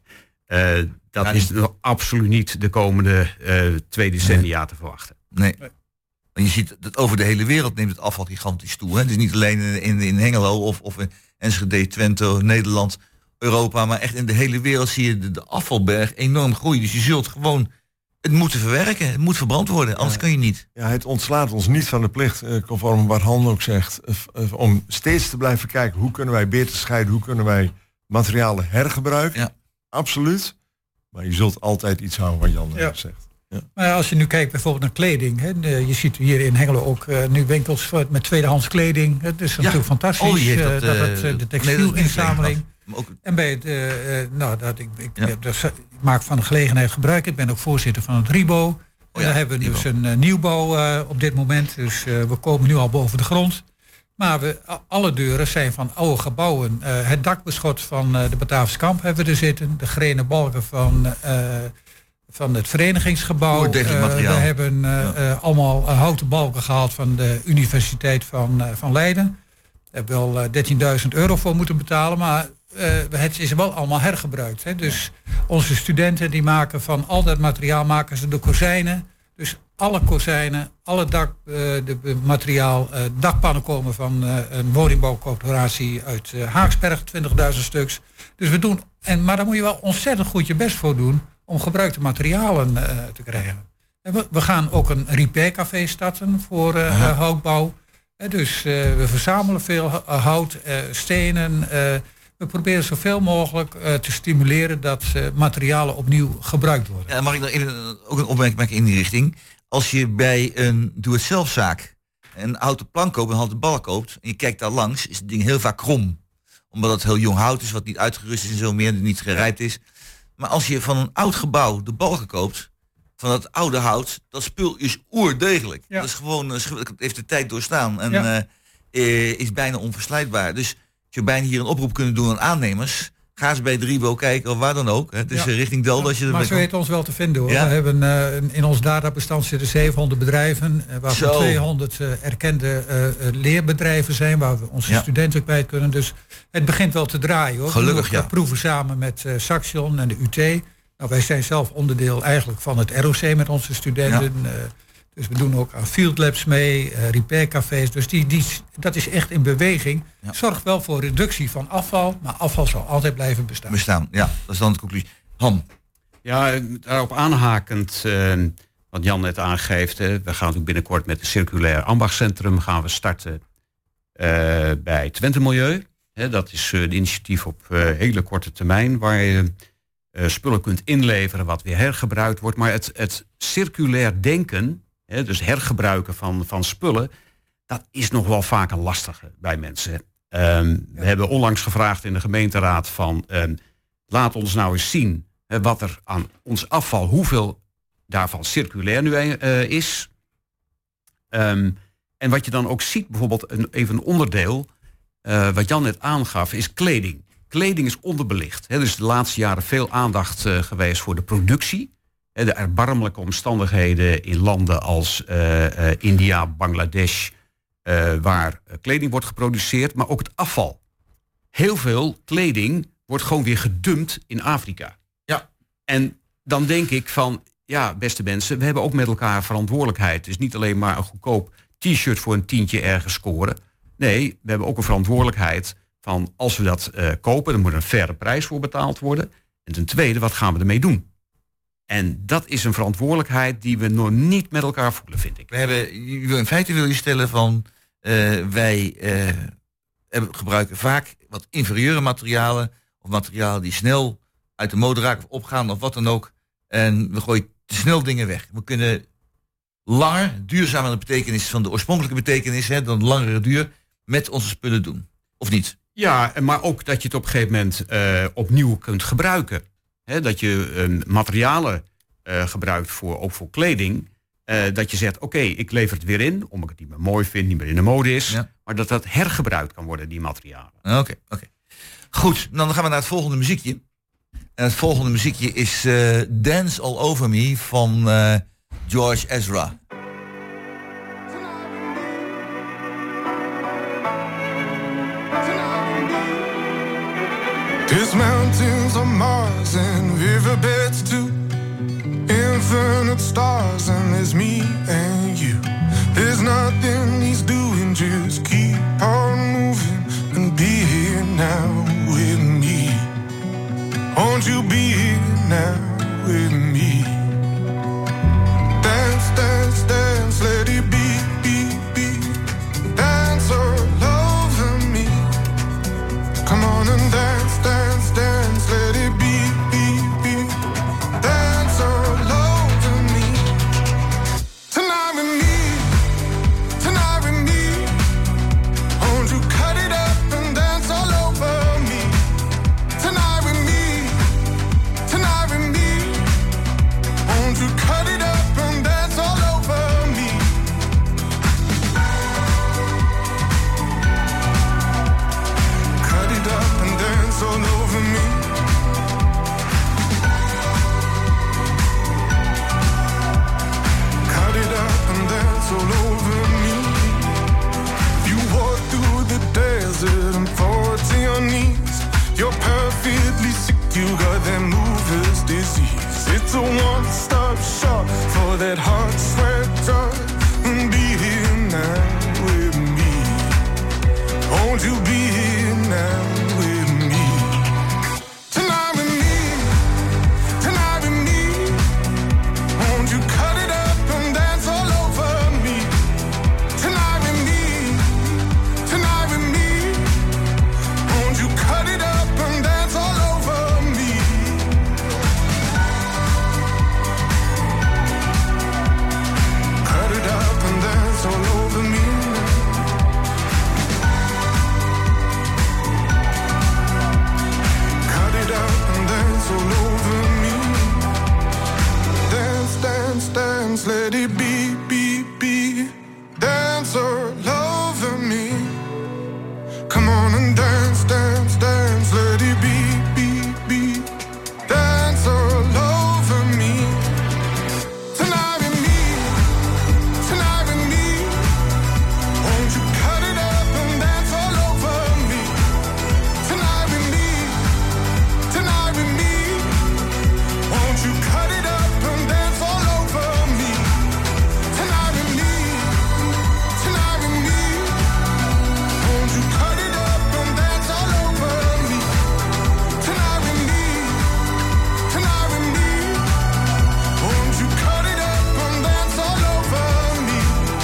uh, dat Ja, is nog absoluut niet de komende uh, twee decennia Nee. te verwachten. Nee. En je ziet dat over de hele wereld neemt het afval gigantisch toe. Hè? Het is niet alleen in, in, in Hengelo of, of in Enschede, Twente, Nederland, Europa, maar echt in de hele wereld zie je de, de afvalberg enorm groeien. Dus je zult gewoon het moeten verwerken. Het moet verbrand worden, anders Ja. kun je niet. Ja, het ontslaat ons niet van de plicht, eh, conform wat Han ook zegt, eh, eh, om steeds te blijven kijken hoe kunnen wij beter scheiden, hoe kunnen wij materialen hergebruiken. Ja. Absoluut. Maar je zult altijd iets houden wat Jan Ja. zegt. Maar als je nu kijkt bijvoorbeeld naar kleding. Hè, de, je ziet hier in Hengelo ook uh, nu winkels met tweededeels kleding. Het is natuurlijk fantastisch. Olly heeft uh, dat, dat, uh, het, uh, de nee, dat textielinzameling. Maar ook, En bij het, uh, uh, nou, dat, ik, ik, Ja. ja. dat, ik maak van de gelegenheid gebruik. Ik ben ook voorzitter van het RIBO. Oh en ja, daar hebben we RIBO. dus een uh, nieuwbouw uh, op dit moment. Dus uh, we komen nu al boven de grond. Maar we, a- alle deuren zijn van oude gebouwen. Uh, het dakbeschot van uh, de Bataafse Kamp hebben we er zitten. De grenen balken van... Uh, van het verenigingsgebouw. Oerdegelijk Uh, materiaal. we hebben uh, Ja. uh, allemaal uh, houten balken gehaald van de Universiteit van, uh, van Leiden. Daar hebben we wel uh, dertienduizend euro voor moeten betalen. Maar uh, het is wel allemaal hergebruikt. Hè. Dus onze studenten die maken van al dat materiaal maken ze de kozijnen. Dus alle kozijnen, alle dak, uh, de, de materiaal, uh, dakpannen komen van uh, een woningbouwcorporatie uit uh, Haaksberg, twintigduizend stuks. Dus we doen, en, maar daar moet je wel ontzettend goed je best voor doen om gebruikte materialen uh, te krijgen. En we, we gaan ook een repaircafé starten voor uh, uh, houtbouw. Uh, dus uh, we verzamelen veel uh, hout, uh, stenen. Uh, we proberen zoveel mogelijk uh, te stimuleren dat uh, materialen opnieuw gebruikt worden. ja, mag ik nog even ook een opmerking maken in die richting? Als je bij een doe-het-zelfzaak een houten plank koopt, een houten balk koopt, en je kijkt daar langs, is het ding heel vaak krom. Omdat het heel jong hout is, wat niet uitgerust is en zo meer, niet gerijpt is. Maar als je van een oud gebouw de balken koopt, van dat oude hout, dat spul is oerdegelijk. Ja. Dat is gewoon, uh, het heeft de tijd doorstaan en Ja. uh, uh, is bijna onverslijtbaar. Dus je bijna hier een oproep kunnen doen aan aannemers. Ga eens bij de RIBO kijken of waar dan ook. Hè. Dus Ja. uh, richting Delft als je Maar erbij ze komt. weten ons wel te vinden hoor. Ja? We hebben uh, in ons databestand zitten zevenhonderd bedrijven, uh, waarvan Zo. tweehonderd uh, erkende uh, uh, leerbedrijven zijn, waar we onze Ja. studenten ook bij kunnen. Dus het begint wel te draaien hoor. Gelukkig, we doen ook, ja. uh, proeven samen met uh, Saxion en de U T. Nou, wij zijn zelf onderdeel eigenlijk van het R O C met onze studenten. Uh, dus we doen ook aan field labs mee, uh, repaircafés. Dus die, die, dat is echt in beweging. Ja. Zorgt wel voor reductie van afval, maar afval zal altijd blijven bestaan. bestaan. Ja, dat is dan de conclusie. Han, Ja, daarop aanhakend, uh, wat Jan net aangeeft. Hè, we gaan natuurlijk binnenkort met het circulair ambachtscentrum gaan we starten uh, bij Twente Milieu. Hè, dat is uh, een initiatief op uh, hele korte termijn, waar je uh, spullen kunt inleveren wat weer hergebruikt wordt. Maar het, het circulair denken, hè, dus hergebruiken van, van spullen, dat is nog wel vaak een lastige bij mensen. Um, we hebben onlangs gevraagd in de gemeenteraad van um, laat ons nou eens zien hè, wat er aan ons afval, hoeveel daarvan circulair nu uh, is. Um, en wat je dan ook ziet, bijvoorbeeld een, even een onderdeel, uh, wat Jan net aangaf, is kleding. Kleding is onderbelicht. Hè. Er is de laatste jaren veel aandacht uh, geweest voor de productie. Hè, de erbarmelijke omstandigheden in landen als uh, uh, India, Bangladesh, uh, waar uh, kleding wordt geproduceerd, maar ook het afval. Heel veel kleding wordt gewoon weer gedumpt in Afrika. Ja. En dan denk ik van, ja, beste mensen, we hebben ook met elkaar verantwoordelijkheid. Dus niet alleen maar een goedkoop t-shirt voor een tientje ergens scoren. Nee, we hebben ook een verantwoordelijkheid van als we dat uh, kopen, dan moet er een faire prijs voor betaald worden. En ten tweede, wat gaan we ermee doen? En dat is een verantwoordelijkheid die we nog niet met elkaar voelen, vind ik. we hebben, in feite wil je stellen van uh, wij uh, hebben, gebruiken vaak wat inferieure materialen. Of materialen die snel uit de mode raken of opgaan of wat dan ook. En we gooien te snel dingen weg. We kunnen langer, duurzamere betekenis van de oorspronkelijke betekenis, hè, dan langere duur, met onze spullen doen. Of niet? Ja, maar ook dat je het op een gegeven moment uh, opnieuw kunt gebruiken. He, dat je uh, materialen uh, gebruikt voor, ook voor kleding. Uh, dat je zegt, oké, okay, ik lever het weer in, omdat ik het niet meer mooi vind, niet meer in de mode is. Ja. Maar dat dat hergebruikt kan worden, die materialen. Oké, okay, oké. Okay. Goed, dan gaan we naar het volgende muziekje. En het volgende muziekje is uh, Dance All Over Me van uh, George Ezra. There's mountains on Mars and riverbeds too. Infinite stars and there's me and you. There's nothing he's doing, just keep on moving and be here now with me. Won't you be here now with me? Dance, dance, dance, let it be, be, be. Dance all over me. Come on and dance, dance, dance, let it be, be, be. Dance all over me. Tonight with me, tonight with me. Won't you cut it up and dance all over me? Tonight with me, tonight with me. Won't you cut it up and dance all over me? Cut it up and dance all over me. Cut it up and dance all over me. If you walk through the desert and fall to your knees, you're perfectly sick, you got that mover's disease. It's a one-stop shop for that heart sweat drug. And be here now with me. Won't you be here now with me? Tonight with me, tonight with me. Won't you cut it up and dance all over me? Tonight with me, tonight with me. Won't you cut it up and dance all over me? Cut it up and dance all over me. Cut it up and dance all over me. Dance, dance, dance, let it be, be, be. Dance all over me. Come on and dance, dance, dance, let it be, be, be. Dance all over me. Tonight with me, tonight with me. Won't you cut it up and dance all over me? Tonight with me, tonight with me. Won't you cut it up and dance all over me? Tonight with me, tonight with me. Won't you cut it up and dance all over me? Tonight with me, tonight with me. Won't you cut it up and dance all over me?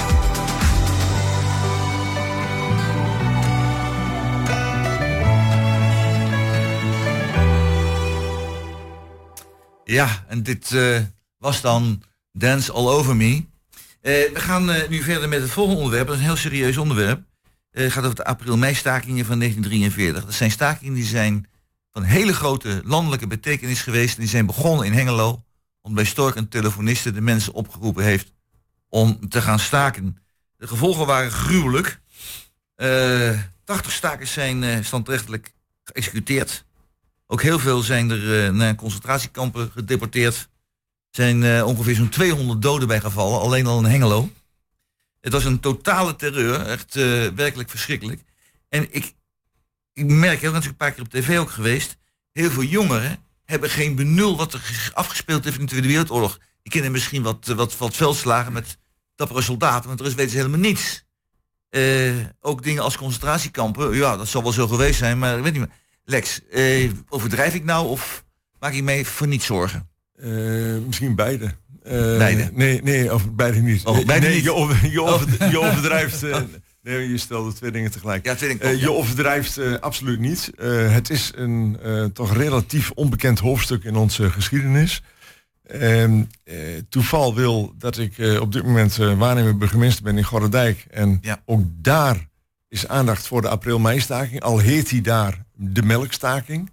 Ja, en dit uh, was dan Dance All Over Me. Uh, we gaan uh, nu verder met het volgende onderwerp. Dat is een heel serieus onderwerp. Het uh, gaat over de april-mei-stakingen van negentien drieënveertig. Dat zijn stakingen die zijn van hele grote landelijke betekenis geweest. En die zijn begonnen in Hengelo. Omdat bij Stork een telefoniste de mensen opgeroepen heeft om te gaan staken. De gevolgen waren gruwelijk. Uh, tachtig stakers zijn uh, standrechtelijk geëxecuteerd. Ook heel veel zijn er uh, naar concentratiekampen gedeporteerd. Er zijn uh, ongeveer zo'n tweehonderd doden bij gevallen, alleen al in Hengelo. Het was een totale terreur, echt uh, werkelijk verschrikkelijk. En ik, ik merk, ik ben natuurlijk een paar keer op tv ook geweest, heel veel jongeren hebben geen benul wat er zich afgespeeld heeft in de Tweede Wereldoorlog. Die kennen misschien wat, wat, wat veldslagen met dappere soldaten, maar de rest weten ze helemaal niets. Uh, ook dingen als concentratiekampen, ja, dat zal wel zo geweest zijn, maar ik weet niet meer. Lex, uh, overdrijf ik nou of maak ik mij voor niets zorgen? Uh, misschien beide. Uh, beide? Nee, nee, of beide niet. Oh, beide nee, niet. Je, over, je, over, je overdrijft uh, Nee, je stelde twee dingen tegelijk. Ja, twee dingen. Uh, je overdrijft uh, absoluut niet. Uh, het is een uh, toch relatief onbekend hoofdstuk in onze geschiedenis. Uh, uh, toeval wil dat ik uh, op dit moment uh, waarnemer burgemeester ben in Gorredijk. En ja. ook daar is aandacht voor de april-mei-staking. Al heet die daar de melkstaking.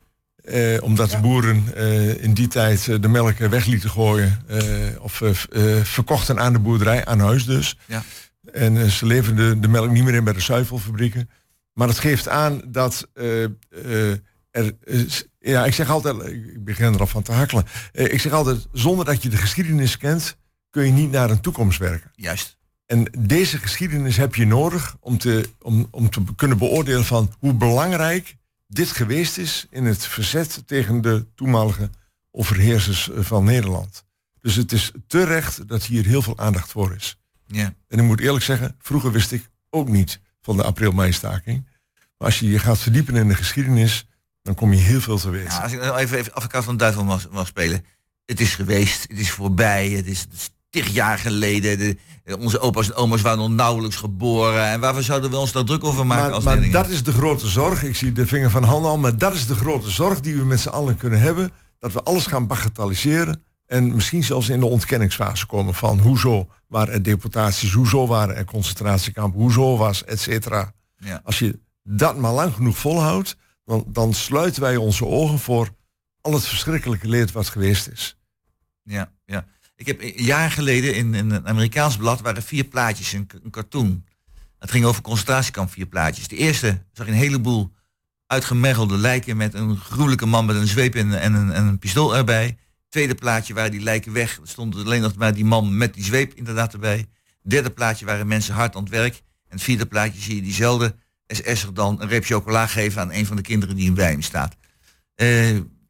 Uh, omdat ja. de boeren uh, in die tijd uh, de melk weg lieten gooien. Uh, of uh, uh, verkochten aan de boerderij, aan huis dus. Ja. En uh, ze leverden de melk niet meer in bij de zuivelfabrieken. Maar het geeft aan dat uh, uh, er... Uh, ja, ik zeg altijd... Ik begin er al van te hakkelen. Uh, ik zeg altijd, zonder dat je de geschiedenis kent, kun je niet naar een toekomst werken. Juist. En deze geschiedenis heb je nodig om te, om, om te kunnen beoordelen van hoe belangrijk dit geweest is in het verzet tegen de toenmalige overheersers van Nederland. Dus het is terecht dat hier heel veel aandacht voor is. Ja. En ik moet eerlijk zeggen, vroeger wist ik ook niet van de april-mei-staking. Maar als je je gaat verdiepen in de geschiedenis, dan kom je heel veel te weten. Ja, als ik nou even, even advocaat van de duivel mag, mag spelen. Het is geweest, het is voorbij, het is, het is tig jaar geleden. De, onze opa's en oma's waren nog nauwelijks geboren. En waarvoor zouden we ons daar druk over maken? Maar, als maar dat is de grote zorg. Ik zie de vinger van Han al, maar dat is de grote zorg die we met z'n allen kunnen hebben. Dat we alles gaan bagatelliseren. En misschien zelfs in de ontkenningsfase komen van hoezo waren er deportaties, hoezo waren er concentratiekampen, hoezo was, et cetera. Ja. Als je dat maar lang genoeg volhoudt, dan, dan sluiten wij onze ogen voor al het verschrikkelijke leed wat geweest is. Ja, ja. Ik heb een jaar geleden in, in een Amerikaans blad waren vier plaatjes, een, een cartoon. Het ging over concentratiekamp, vier plaatjes. De eerste zag je een heleboel uitgemergelde lijken met een gruwelijke man met een zweep en, en, een, en een pistool erbij. Tweede plaatje waren die lijken weg. Er stond alleen nog maar die man met die zweep inderdaad erbij. Derde plaatje waren mensen hard aan het werk. En het vierde plaatje zie je diezelfde S S'er dan een reep chocola geven aan een van de kinderen die bij hem staat. Uh,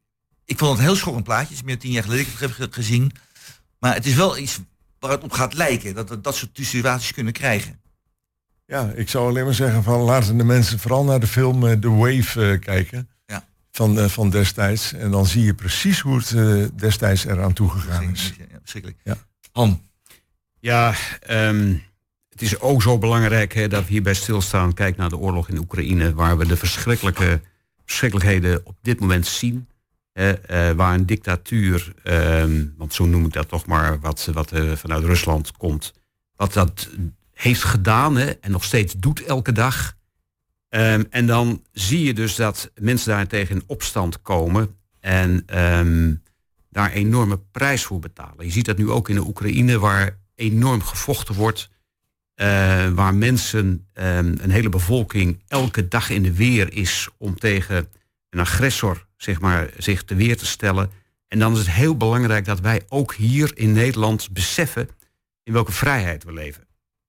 ik vond het een heel schokkend plaatje. Het is meer dan tien jaar geleden ik het heb gezien. Maar het is wel iets waar het op gaat lijken. Dat we dat soort situaties kunnen krijgen. Ja, ik zou alleen maar zeggen van laten de mensen vooral naar de film uh, The Wave uh, kijken. Ja. Van, uh, van destijds. En dan zie je precies hoe het uh, destijds eraan toegegaan is. Ja, verschrikkelijk. Ja. Han. Ja, um, het is ook zo belangrijk hè, dat we hierbij stilstaan. Kijk naar de oorlog in Oekraïne, waar we de verschrikkelijke verschrikkelijkheden op dit moment zien. Uh, uh, waar een dictatuur, uh, want zo noem ik dat toch maar, wat, wat uh, vanuit Rusland komt, wat dat heeft gedaan hè, en nog steeds doet elke dag. Um, en dan zie je dus dat mensen daartegen in opstand komen en um, daar enorme prijs voor betalen. Je ziet dat nu ook in de Oekraïne, waar enorm gevochten wordt, uh, waar mensen, um, een hele bevolking, elke dag in de weer is om tegen een agressor zeg maar, zich te weer te stellen. En dan is het heel belangrijk dat wij ook hier in Nederland beseffen in welke vrijheid we leven.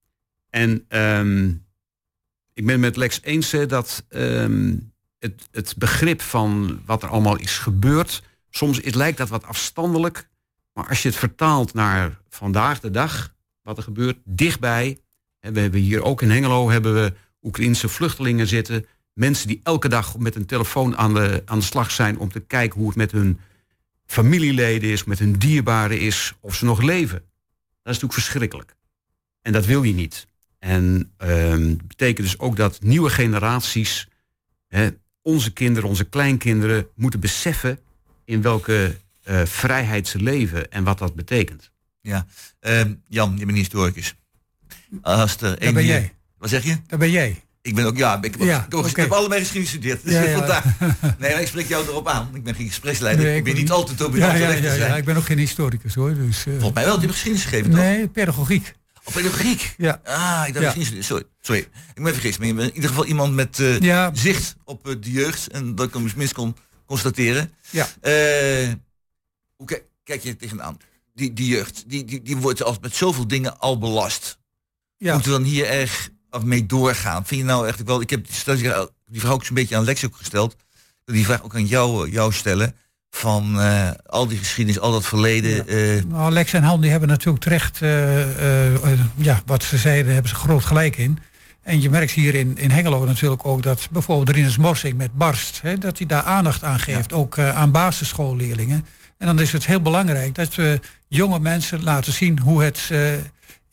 En um, ik ben het met Lex eens dat um, het, het begrip van wat er allemaal is gebeurd, soms het lijkt dat wat afstandelijk, maar als je het vertaalt naar vandaag de dag, wat er gebeurt, dichtbij. En we hebben hier ook in Hengelo hebben we Oekraïense vluchtelingen zitten. Mensen die elke dag met een telefoon aan de, aan de slag zijn om te kijken hoe het met hun familieleden is, met hun dierbaren is, of ze nog leven. Dat is natuurlijk verschrikkelijk. En dat wil je niet. En um, dat betekent dus ook dat nieuwe generaties, hè, onze kinderen, onze kleinkinderen, moeten beseffen in welke uh, vrijheid ze leven en wat dat betekent. Ja, uh, Jan, je bent historicus. Als er Daar een ben hier... jij. Wat zeg je? Daar ben jij. Ik ben ook, ja, ik, ja, ik, ik, okay. ik heb allebei geschiedenis gestudeerd. Dus ja, ja. vandaag. Nee, maar ik spreek jou erop aan. Ik ben geen gespreksleider. Nee, ik ben ik niet ben... altijd dominant ja, ja, terecht ja, te zijn. ja, ik ben ook geen historicus hoor. Dus, uh... Volgens mij wel, die hebben geschiedenis gegeven toch? Nee, pedagogiek. Op pedagogiek? Ja. Ah, ik dacht ja. geschiedenis. Sorry, sorry. Ik ben vergist. Maar je bent in ieder geval iemand met uh, ja. zicht op uh, de jeugd. En dat ik hem minstens kon constateren. Ja. Uh, hoe kijk, kijk je tegenaan? Die, die jeugd, die, die, die wordt als met zoveel dingen al belast. Ja. Moeten we dan hier erg mee doorgaan? Vind je nou echt wel... Ik heb die vraag ook zo'n beetje aan Lex ook gesteld. Die vraag ook aan jou, jou stellen. Van uh, al die geschiedenis, al dat verleden. Ja. Uh, nou, Lex en Han die hebben natuurlijk terecht... Uh, uh, uh, ja, wat ze zeiden, hebben ze groot gelijk in. En je merkt hier in, in Hengelo natuurlijk ook dat bijvoorbeeld Rinus Morsing met Barst... Hè, dat hij daar aandacht aan geeft, ja. ook uh, aan basisschoolleerlingen. En dan is het heel belangrijk dat we jonge mensen laten zien hoe het... Uh,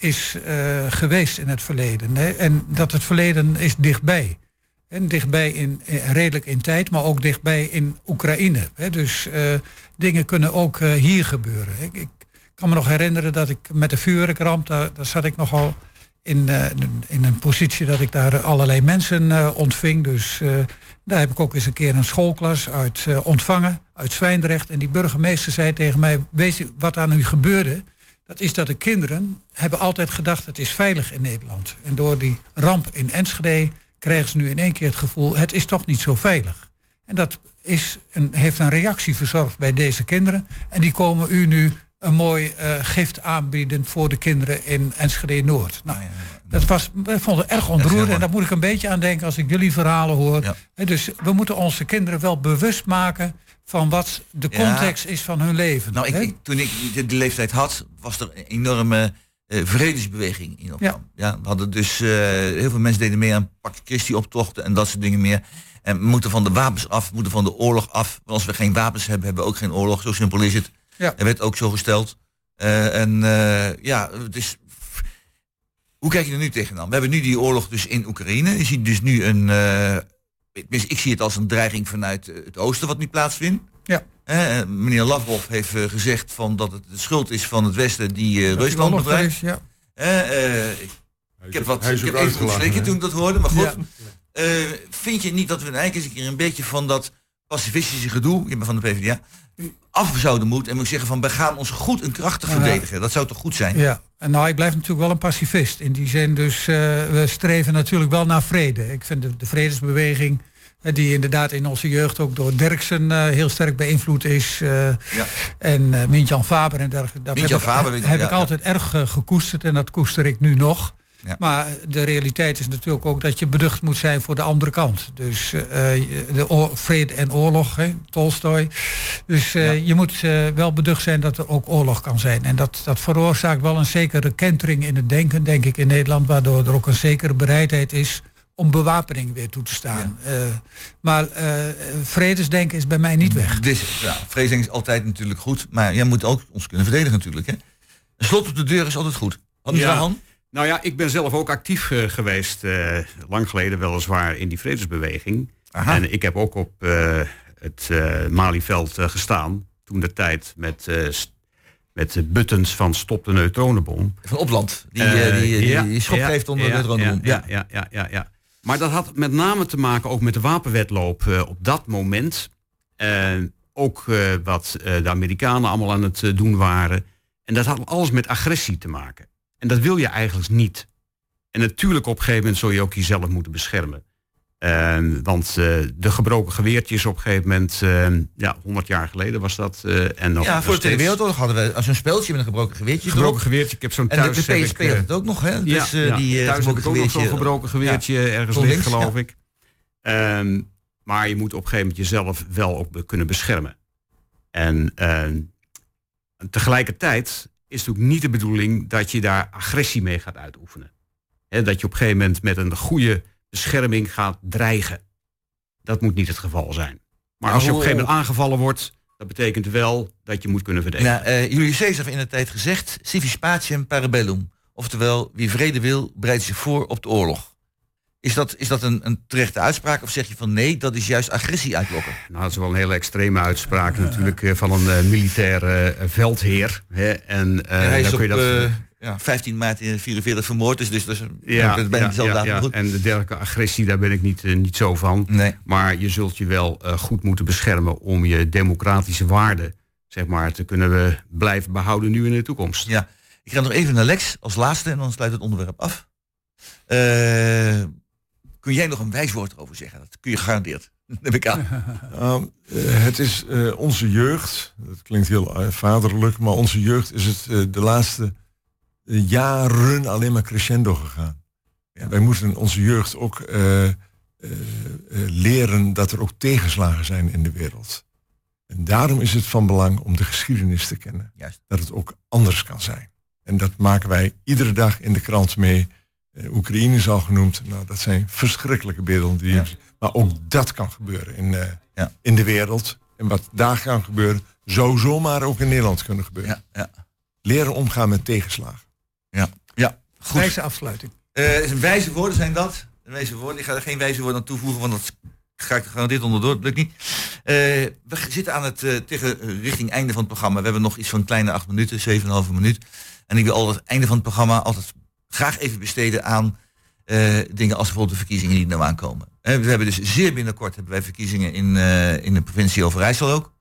is uh, geweest in het verleden. Hè? En dat het verleden is dichtbij. En dichtbij in, in, redelijk in tijd, maar ook dichtbij in Oekraïne. Hè? Dus uh, dingen kunnen ook uh, hier gebeuren. Ik, ik kan me nog herinneren dat ik met de vuurwerkramp, daar, daar zat ik nogal in, uh, in een positie dat ik daar allerlei mensen uh, ontving. Dus uh, daar heb ik ook eens een keer een schoolklas uit uh, ontvangen, uit Zwijndrecht. En die burgemeester zei tegen mij, weet je wat aan u gebeurde? Dat is dat de kinderen hebben altijd gedacht, het is veilig in Nederland. En door die ramp in Enschede krijgen ze nu in één keer het gevoel, het is toch niet zo veilig. En dat is een, heeft een reactie verzorgd bij deze kinderen. En die komen u nu een mooi uh, gift aanbieden voor de kinderen in Enschede-Noord. Nou, dat was, wij vonden het erg ontroerend. En daar moet ik een beetje aan denken als ik jullie verhalen hoor. Ja. He, dus we moeten onze kinderen wel bewust maken van wat de context ja. is van hun leven. Nou, ik, ik, toen ik de, de leeftijd had, was er een enorme uh, vredesbeweging in opgang. Ja. Ja, we hadden dus uh, heel veel mensen deden mee aan Pax Christi optochten en dat soort dingen meer. En we moeten van de wapens af, we moeten van de oorlog af. Want als we geen wapens hebben, hebben we ook geen oorlog. Zo simpel is het. Ja. Er werd ook zo gesteld. Uh, en uh, ja, het is. Hoe kijk je er nu tegenaan? We hebben nu die oorlog dus in Oekraïne. Je ziet dus nu een. Uh, ik zie het als een dreiging vanuit het oosten wat nu plaatsvindt. Ja. Uh, meneer Lavrov heeft uh, gezegd van dat het de schuld is van het Westen die uh, Rusland bedreigt. Ja. Uh, uh, ik, ik heb wat. Ik heb even geslikken toen ik dat hoorde, maar goed. Ja. Uh, vind je niet dat we eigenlijk eens een keer een beetje van dat pacifistische gedoe, je bent van de P v d A, af zouden moeten en moet zeggen van we gaan ons goed en krachtig ja. verdedigen. Dat zou toch goed zijn? Ja, en nou ik blijf natuurlijk wel een pacifist. In die zin dus, uh, we streven natuurlijk wel naar vrede. Ik vind de, de vredesbeweging, uh, die inderdaad in onze jeugd ook door Derksen uh, heel sterk beïnvloed is. Uh, ja. En uh, Mintjan Faber en dergelijke. Dat Mintjan heb, Faber, ik, heb ja, ik altijd ja. erg uh, gekoesterd en dat koester ik nu nog. Ja. Maar de realiteit is natuurlijk ook dat je beducht moet zijn voor de andere kant. Dus uh, de oor- vrede en oorlog, hè, Tolstoy. Dus uh, ja. je moet uh, wel beducht zijn dat er ook oorlog kan zijn. En dat, dat veroorzaakt wel een zekere kentering in het denken, denk ik, in Nederland. Waardoor er ook een zekere bereidheid is om bewapening weer toe te staan. Ja. Uh, maar uh, vredesdenken is bij mij niet weg. Dus, ja, vredesdenken is altijd natuurlijk goed. Maar jij moet ook ons kunnen verdedigen natuurlijk. Hè? Een slot op de deur is altijd goed. Han, ja. Han? Nou ja, ik ben zelf ook actief uh, geweest, uh, lang geleden weliswaar, in die vredesbeweging. Aha. En ik heb ook op uh, het uh, Malieveld uh, gestaan, toen de tijd met, uh, st- met de buttons van Stop de Neutronenbom. Van Opland, die, uh, die, die, ja, die schop ja, geeft onder ja, de neutronenbom. Ja, ja, ja, ja, ja. Maar dat had met name te maken ook met de wapenwetloop uh, op dat moment. Uh, ook uh, wat uh, de Amerikanen allemaal aan het uh, doen waren. En dat had alles met agressie te maken. En dat wil je eigenlijk niet. En natuurlijk op een gegeven moment zul je ook jezelf moeten beschermen. Uh, want uh, de gebroken geweertjes op een gegeven moment, uh, ja, honderd jaar geleden was dat. Uh, en nog ja, voor de Tweede Wereldoorlog hadden we als een speeltje met een gebroken geweertje. Gebroken erop. geweertje, ik heb zo'n thuis. En de, de P S P had het ook nog, hè? Ja, dus, uh, ja, die, uh, thuis heb ik ook nog zo'n gebroken geweertje ja, ergens ligt, geloof ja. ik. Um, maar je moet op een gegeven moment jezelf wel ook kunnen beschermen. En uh, tegelijkertijd is het natuurlijk niet de bedoeling dat je daar agressie mee gaat uitoefenen. He, dat je op een gegeven moment met een goede bescherming gaat dreigen. Dat moet niet het geval zijn. Maar als je op een gegeven moment aangevallen wordt, dat betekent wel dat je moet kunnen verdedigen. Nou, uh, Julius Caesar heeft in de tijd gezegd, civis pacem parabellum. Oftewel, wie vrede wil, bereidt zich voor op de oorlog. Is dat, is dat een, een terechte uitspraak of zeg je van nee, dat is juist agressie uitlokken? Nou, dat is wel een hele extreme uitspraak uh, natuurlijk uh, van een uh, militaire uh, veldheer. Hè? En, uh, en hij is dan op kun je dat, uh, ja, vijftien maart vierenveertig vermoord, dus, dus dat is ja, ja, bijna dezelfde ja, ja, datum. Ja. En de dergelijke agressie, daar ben ik niet, uh, niet zo van. Nee. Maar je zult je wel uh, goed moeten beschermen om je democratische waarden, zeg maar, te kunnen we blijven behouden nu in de toekomst. Ja, ik ga nog even naar Lex als laatste en dan sluit het onderwerp af. Uh, kun jij nog een wijswoord erover zeggen? Dat kun je gegarandeerd. Neem ik aan. Uh, het is uh, onze jeugd, dat klinkt heel uh, vaderlijk, maar onze jeugd is het uh, de laatste uh, jaren alleen maar crescendo gegaan. Ja. Wij moeten onze jeugd ook uh, uh, uh, leren dat er ook tegenslagen zijn in de wereld. En daarom is het van belang om de geschiedenis te kennen. Juist. Dat het ook anders kan zijn. En dat maken wij iedere dag in de krant mee. Uh, Oekraïne is al genoemd. Nou, dat zijn verschrikkelijke beelden. Die ja. Maar ook dat kan gebeuren in, uh, ja. in de wereld. En wat daar kan gebeuren, zou zomaar ook in Nederland kunnen gebeuren. Ja, ja. Leren omgaan met tegenslagen. Ja, ja. Goed. Wijze afsluiting. Uh, wijze woorden zijn dat. Wijze woorden. Ik ga er geen wijze woorden aan toevoegen, want dat ga ik gewoon dit onderdoor. Dat lukt niet. Uh, we zitten aan het uh, tegen uh, richting einde van het programma. We hebben nog iets van een kleine acht minuten, zeven en een halve minuut. En ik wil altijd het einde van het programma altijd graag even besteden aan uh, dingen als bijvoorbeeld de verkiezingen die er nou aankomen. Uh, we hebben dus zeer binnenkort hebben wij verkiezingen in, uh, in de provincie Overijssel ook.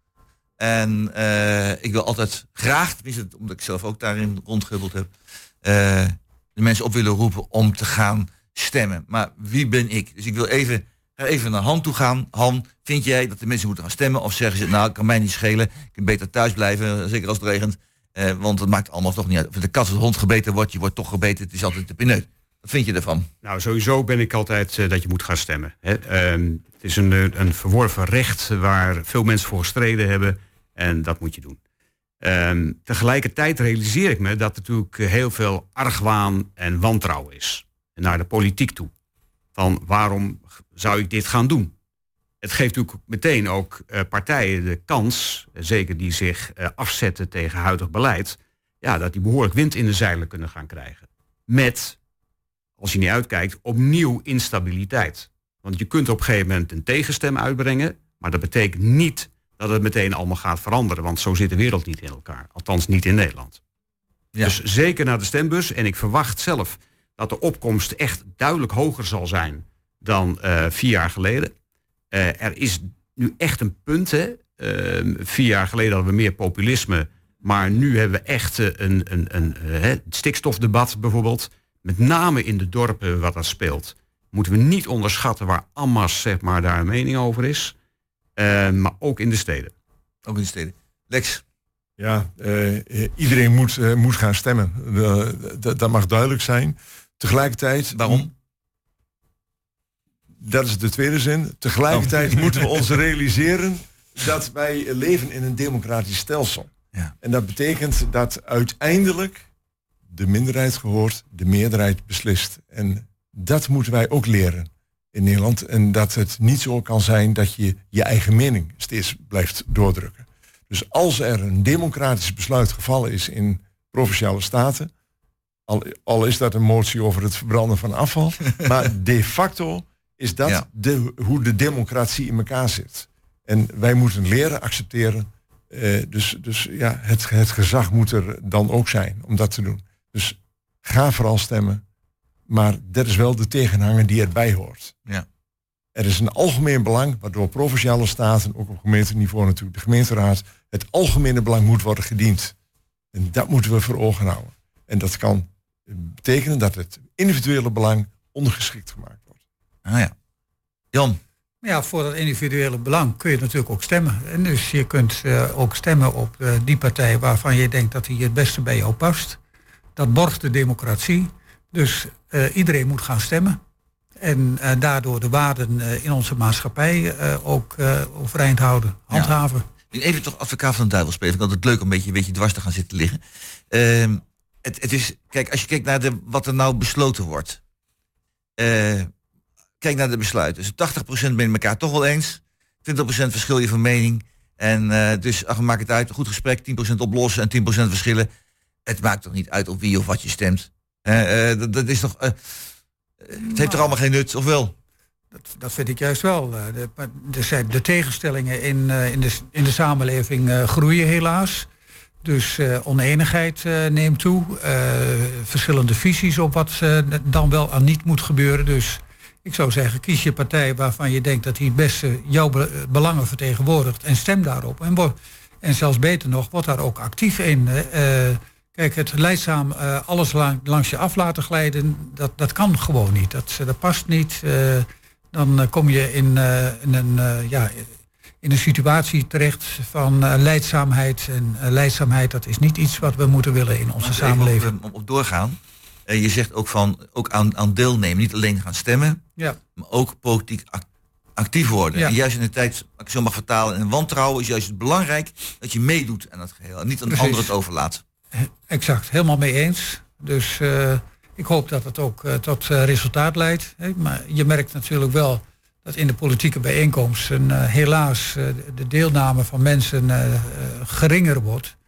En uh, ik wil altijd graag, tenminste omdat ik zelf ook daarin rondgehubbeld heb, uh, de mensen op willen roepen om te gaan stemmen. Maar wie ben ik? Dus ik wil even, even naar Han toe gaan. Han, vind jij dat de mensen moeten gaan stemmen? Of zeggen ze, nou, kan mij niet schelen. Ik kan beter thuis blijven, zeker als het regent. Uh, want het maakt allemaal toch niet uit. Of de kat of de hond gebeten wordt, je wordt toch gebeten. Het is altijd de pineut. Wat vind je ervan? Nou, sowieso ben ik altijd uh, dat je moet gaan stemmen. Hè. Uh, het is een, een verworven recht waar veel mensen voor gestreden hebben. En dat moet je doen. Uh, tegelijkertijd realiseer ik me dat er natuurlijk heel veel argwaan en wantrouwen is. Naar de politiek toe. Van waarom zou ik dit gaan doen? Het geeft natuurlijk meteen ook uh, partijen de kans, uh, zeker die zich uh, afzetten tegen huidig beleid, ja, dat die behoorlijk wind in de zeilen kunnen gaan krijgen. Met, als je niet uitkijkt, opnieuw instabiliteit. Want je kunt op een gegeven moment een tegenstem uitbrengen, maar dat betekent niet dat het meteen allemaal gaat veranderen. Want zo zit de wereld niet in elkaar. Althans niet in Nederland. Ja. Dus zeker naar de stembus. En ik verwacht zelf dat de opkomst echt duidelijk hoger zal zijn dan uh, vier jaar geleden. Uh, er is nu echt een punt. Hè? Uh, vier jaar geleden hadden we meer populisme. Maar nu hebben we echt uh, een, een, een uh, het stikstofdebat bijvoorbeeld. Met name in de dorpen wat dat speelt. Moeten we niet onderschatten waar Ammas zeg maar, daar een mening over is. Uh, maar ook in de steden. Ook in de steden. Lex? Ja, uh, iedereen moet, uh, moet gaan stemmen. Uh, d- dat mag duidelijk zijn. Tegelijkertijd... Waarom? Dat is de tweede zin. Tegelijkertijd oh. moeten we ons realiseren dat wij leven in een democratisch stelsel. Ja. En dat betekent dat uiteindelijk de minderheid gehoord, de meerderheid beslist. En dat moeten wij ook leren in Nederland. En dat het niet zo kan zijn dat je je eigen mening steeds blijft doordrukken. Dus als er een democratisch besluit gevallen is in provinciale staten, al, al is dat een motie over het verbranden van afval, maar de facto is dat ja. de, hoe de democratie in elkaar zit. En wij moeten leren accepteren. Uh, dus dus ja, het, het gezag moet er dan ook zijn om dat te doen. Dus ga vooral stemmen. Maar dat is wel de tegenhanger die erbij hoort. Ja. Er is een algemeen belang, waardoor provinciale staten, ook op gemeenteniveau natuurlijk de gemeenteraad, het algemene belang moet worden gediend. En dat moeten we voor ogen houden. En dat kan betekenen dat het individuele belang ondergeschikt gemaakt wordt. Ah ja. Jan? Ja, voor dat individuele belang kun je natuurlijk ook stemmen. En dus je kunt uh, ook stemmen op uh, die partij waarvan je denkt dat die het beste bij jou past. Dat borgt de democratie. Dus uh, iedereen moet gaan stemmen. En uh, daardoor de waarden uh, in onze maatschappij uh, ook uh, overeind houden, handhaven. Ja. Even toch advocaat van de duivel spelen. Ik vind het leuk om een beetje, een beetje dwars te gaan zitten liggen. Uh, het, het is, kijk, als je kijkt naar de, wat er nou besloten wordt. Uh, kijk naar de besluiten. Dus tachtig procent ben je elkaar toch wel eens. twintig procent verschil je van mening. En uh, dus, ach, maak het uit. Een goed gesprek, tien procent oplossen en tien procent verschillen. Het maakt toch niet uit op wie of wat je stemt. Uh, uh, dat, dat is toch... Uh, het heeft toch allemaal geen nut, of wel? Dat, dat vind ik juist wel. De, de, de, de tegenstellingen in, uh, in, de, in de samenleving uh, groeien helaas. Dus uh, oneenigheid uh, neemt toe. Uh, verschillende visies op wat uh, dan wel aan niet moet gebeuren. Dus ik zou zeggen, kies je partij waarvan je denkt dat die het beste jouw be- belangen vertegenwoordigt. En stem daarop. En, wo- en zelfs beter nog, word daar ook actief in. Uh, Kijk, het leidzaam uh, alles lang, langs je af laten glijden, dat, dat kan gewoon niet. Dat, dat past niet. Uh, dan uh, kom je in, uh, in, een, uh, ja, in een situatie terecht van uh, leidzaamheid. En uh, leidzaamheid, dat is niet iets wat we moeten willen in onze maar samenleving. Op, op, op doorgaan. Uh, je zegt ook van ook aan, aan deelnemen. Niet alleen gaan stemmen, ja. maar ook politiek act, actief worden. Ja. En juist in de tijd, als ik zo mag vertalen, en wantrouwen is juist belangrijk dat je meedoet aan het geheel. En niet aan de ander het overlaat. Exact, helemaal mee eens. Dus uh, ik hoop dat het ook uh, tot uh, resultaat leidt. Hè. Maar je merkt natuurlijk wel dat in de politieke bijeenkomsten uh, helaas uh, de deelname van mensen uh, uh, geringer wordt.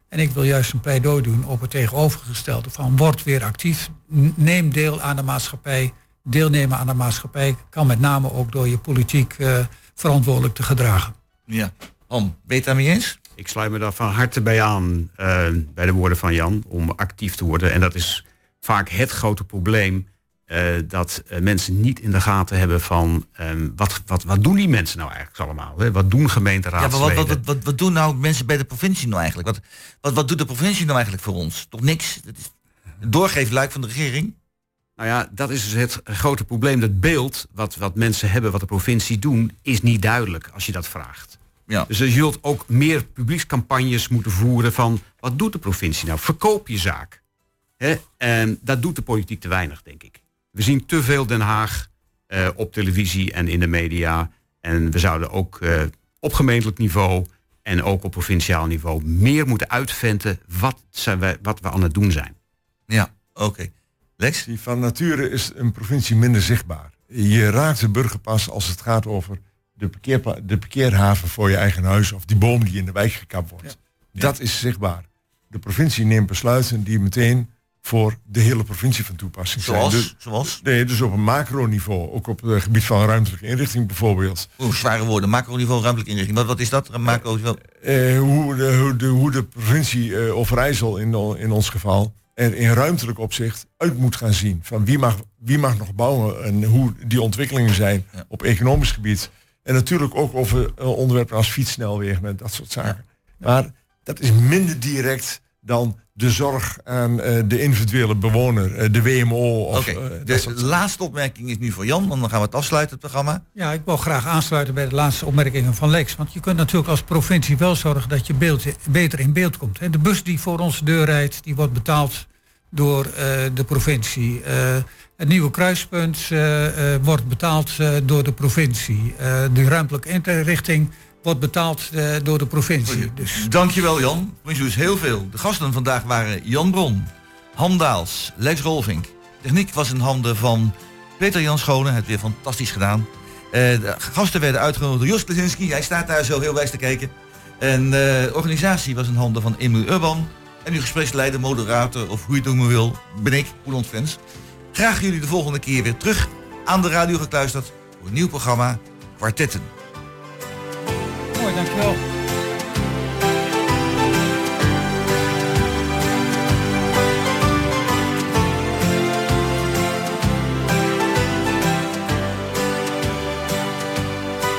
En ik wil juist een pleidooi doen op het tegenovergestelde van word weer actief, neem deel aan de maatschappij. Deelnemen aan de maatschappij kan met name ook door je politiek uh, verantwoordelijk te gedragen. Ja, Han, ben je het daarmee eens? Ik sluit me daar van harte bij aan, uh, bij de woorden van Jan, om actief te worden. En dat is vaak het grote probleem, uh, dat uh, mensen niet in de gaten hebben van um, wat, wat, wat doen die mensen nou eigenlijk allemaal? Hè? Wat doen gemeenteraadsleden? Ja, maar wat, wat, wat, wat, wat doen nou mensen bij de provincie nou eigenlijk? Wat, wat, wat doet de provincie nou eigenlijk voor ons? Toch niks? Dat is een doorgeefluik van de regering? Nou ja, dat is dus het grote probleem. Dat beeld wat, wat mensen hebben, wat de provincie doen, is niet duidelijk als je dat vraagt. Ja. Dus je zult ook meer publiekscampagnes moeten voeren van wat doet de provincie nou? Verkoop je zaak. Hè? En dat doet de politiek te weinig, denk ik. We zien te veel Den Haag uh, op televisie en in de media. En we zouden ook uh, op gemeentelijk niveau en ook op provinciaal niveau meer moeten uitventen wat, zijn wij, wat we aan het doen zijn. Ja, oké. Okay. Lex? Van nature is een provincie minder zichtbaar. Je raakt de burger pas als het gaat over de, parkeerpa- de parkeerhaven voor je eigen huis of die boom die in de wijk gekapt wordt. Ja. Dat is zichtbaar. De provincie neemt besluiten die meteen voor de hele provincie van toepassing Zoals? zijn. Dus, Zoals? Nee, dus op een macroniveau, ook op het gebied van ruimtelijke inrichting bijvoorbeeld. Oeh, zware woorden. Macroniveau, ruimtelijke inrichting. Wat, wat is dat? Macroniveau? Uh, hoe, de, hoe, de, hoe de provincie uh, Overijssel in, in ons geval er in ruimtelijk opzicht uit moet gaan zien. Van wie mag, wie mag nog bouwen en hoe die ontwikkelingen zijn ja. op economisch gebied. En natuurlijk ook over uh, onderwerpen als fietssnelwegen en dat soort zaken. Ja. Maar dat is minder direct dan de zorg aan uh, de individuele bewoner, uh, de W M O. Of, Oké, okay. uh, de laatste opmerking is nu voor Jan, want dan gaan we het afsluiten, het programma. Ja, ik wil graag aansluiten bij de laatste opmerkingen van Lex. Want je kunt natuurlijk als provincie wel zorgen dat je beeld, beter in beeld komt. De bus die voor onze deur rijdt, die wordt betaald door uh, de provincie. Uh, het nieuwe kruispunt uh, uh, wordt betaald uh, door de provincie. Uh, de ruimtelijke inrichting wordt betaald uh, door de provincie. Dus. Dankjewel Jan. Wens je dus heel veel. De gasten vandaag waren Jan Bron, Han Daals, Lex Rolvink. Techniek was in handen van Peter Jan Schone. Het weer fantastisch gedaan. Uh, de gasten werden uitgenodigd door Jos Klesinski. Hij staat daar zo heel wijs te kijken. En uh, de organisatie was in handen van Emil Urban. En uw gespreksleider, moderator of hoe je het ook maar wil, ben ik, Roland Fens. Graag jullie de volgende keer weer terug aan de radio gekluisterd voor een nieuw programma Kwartetten. Mooi, dankjewel.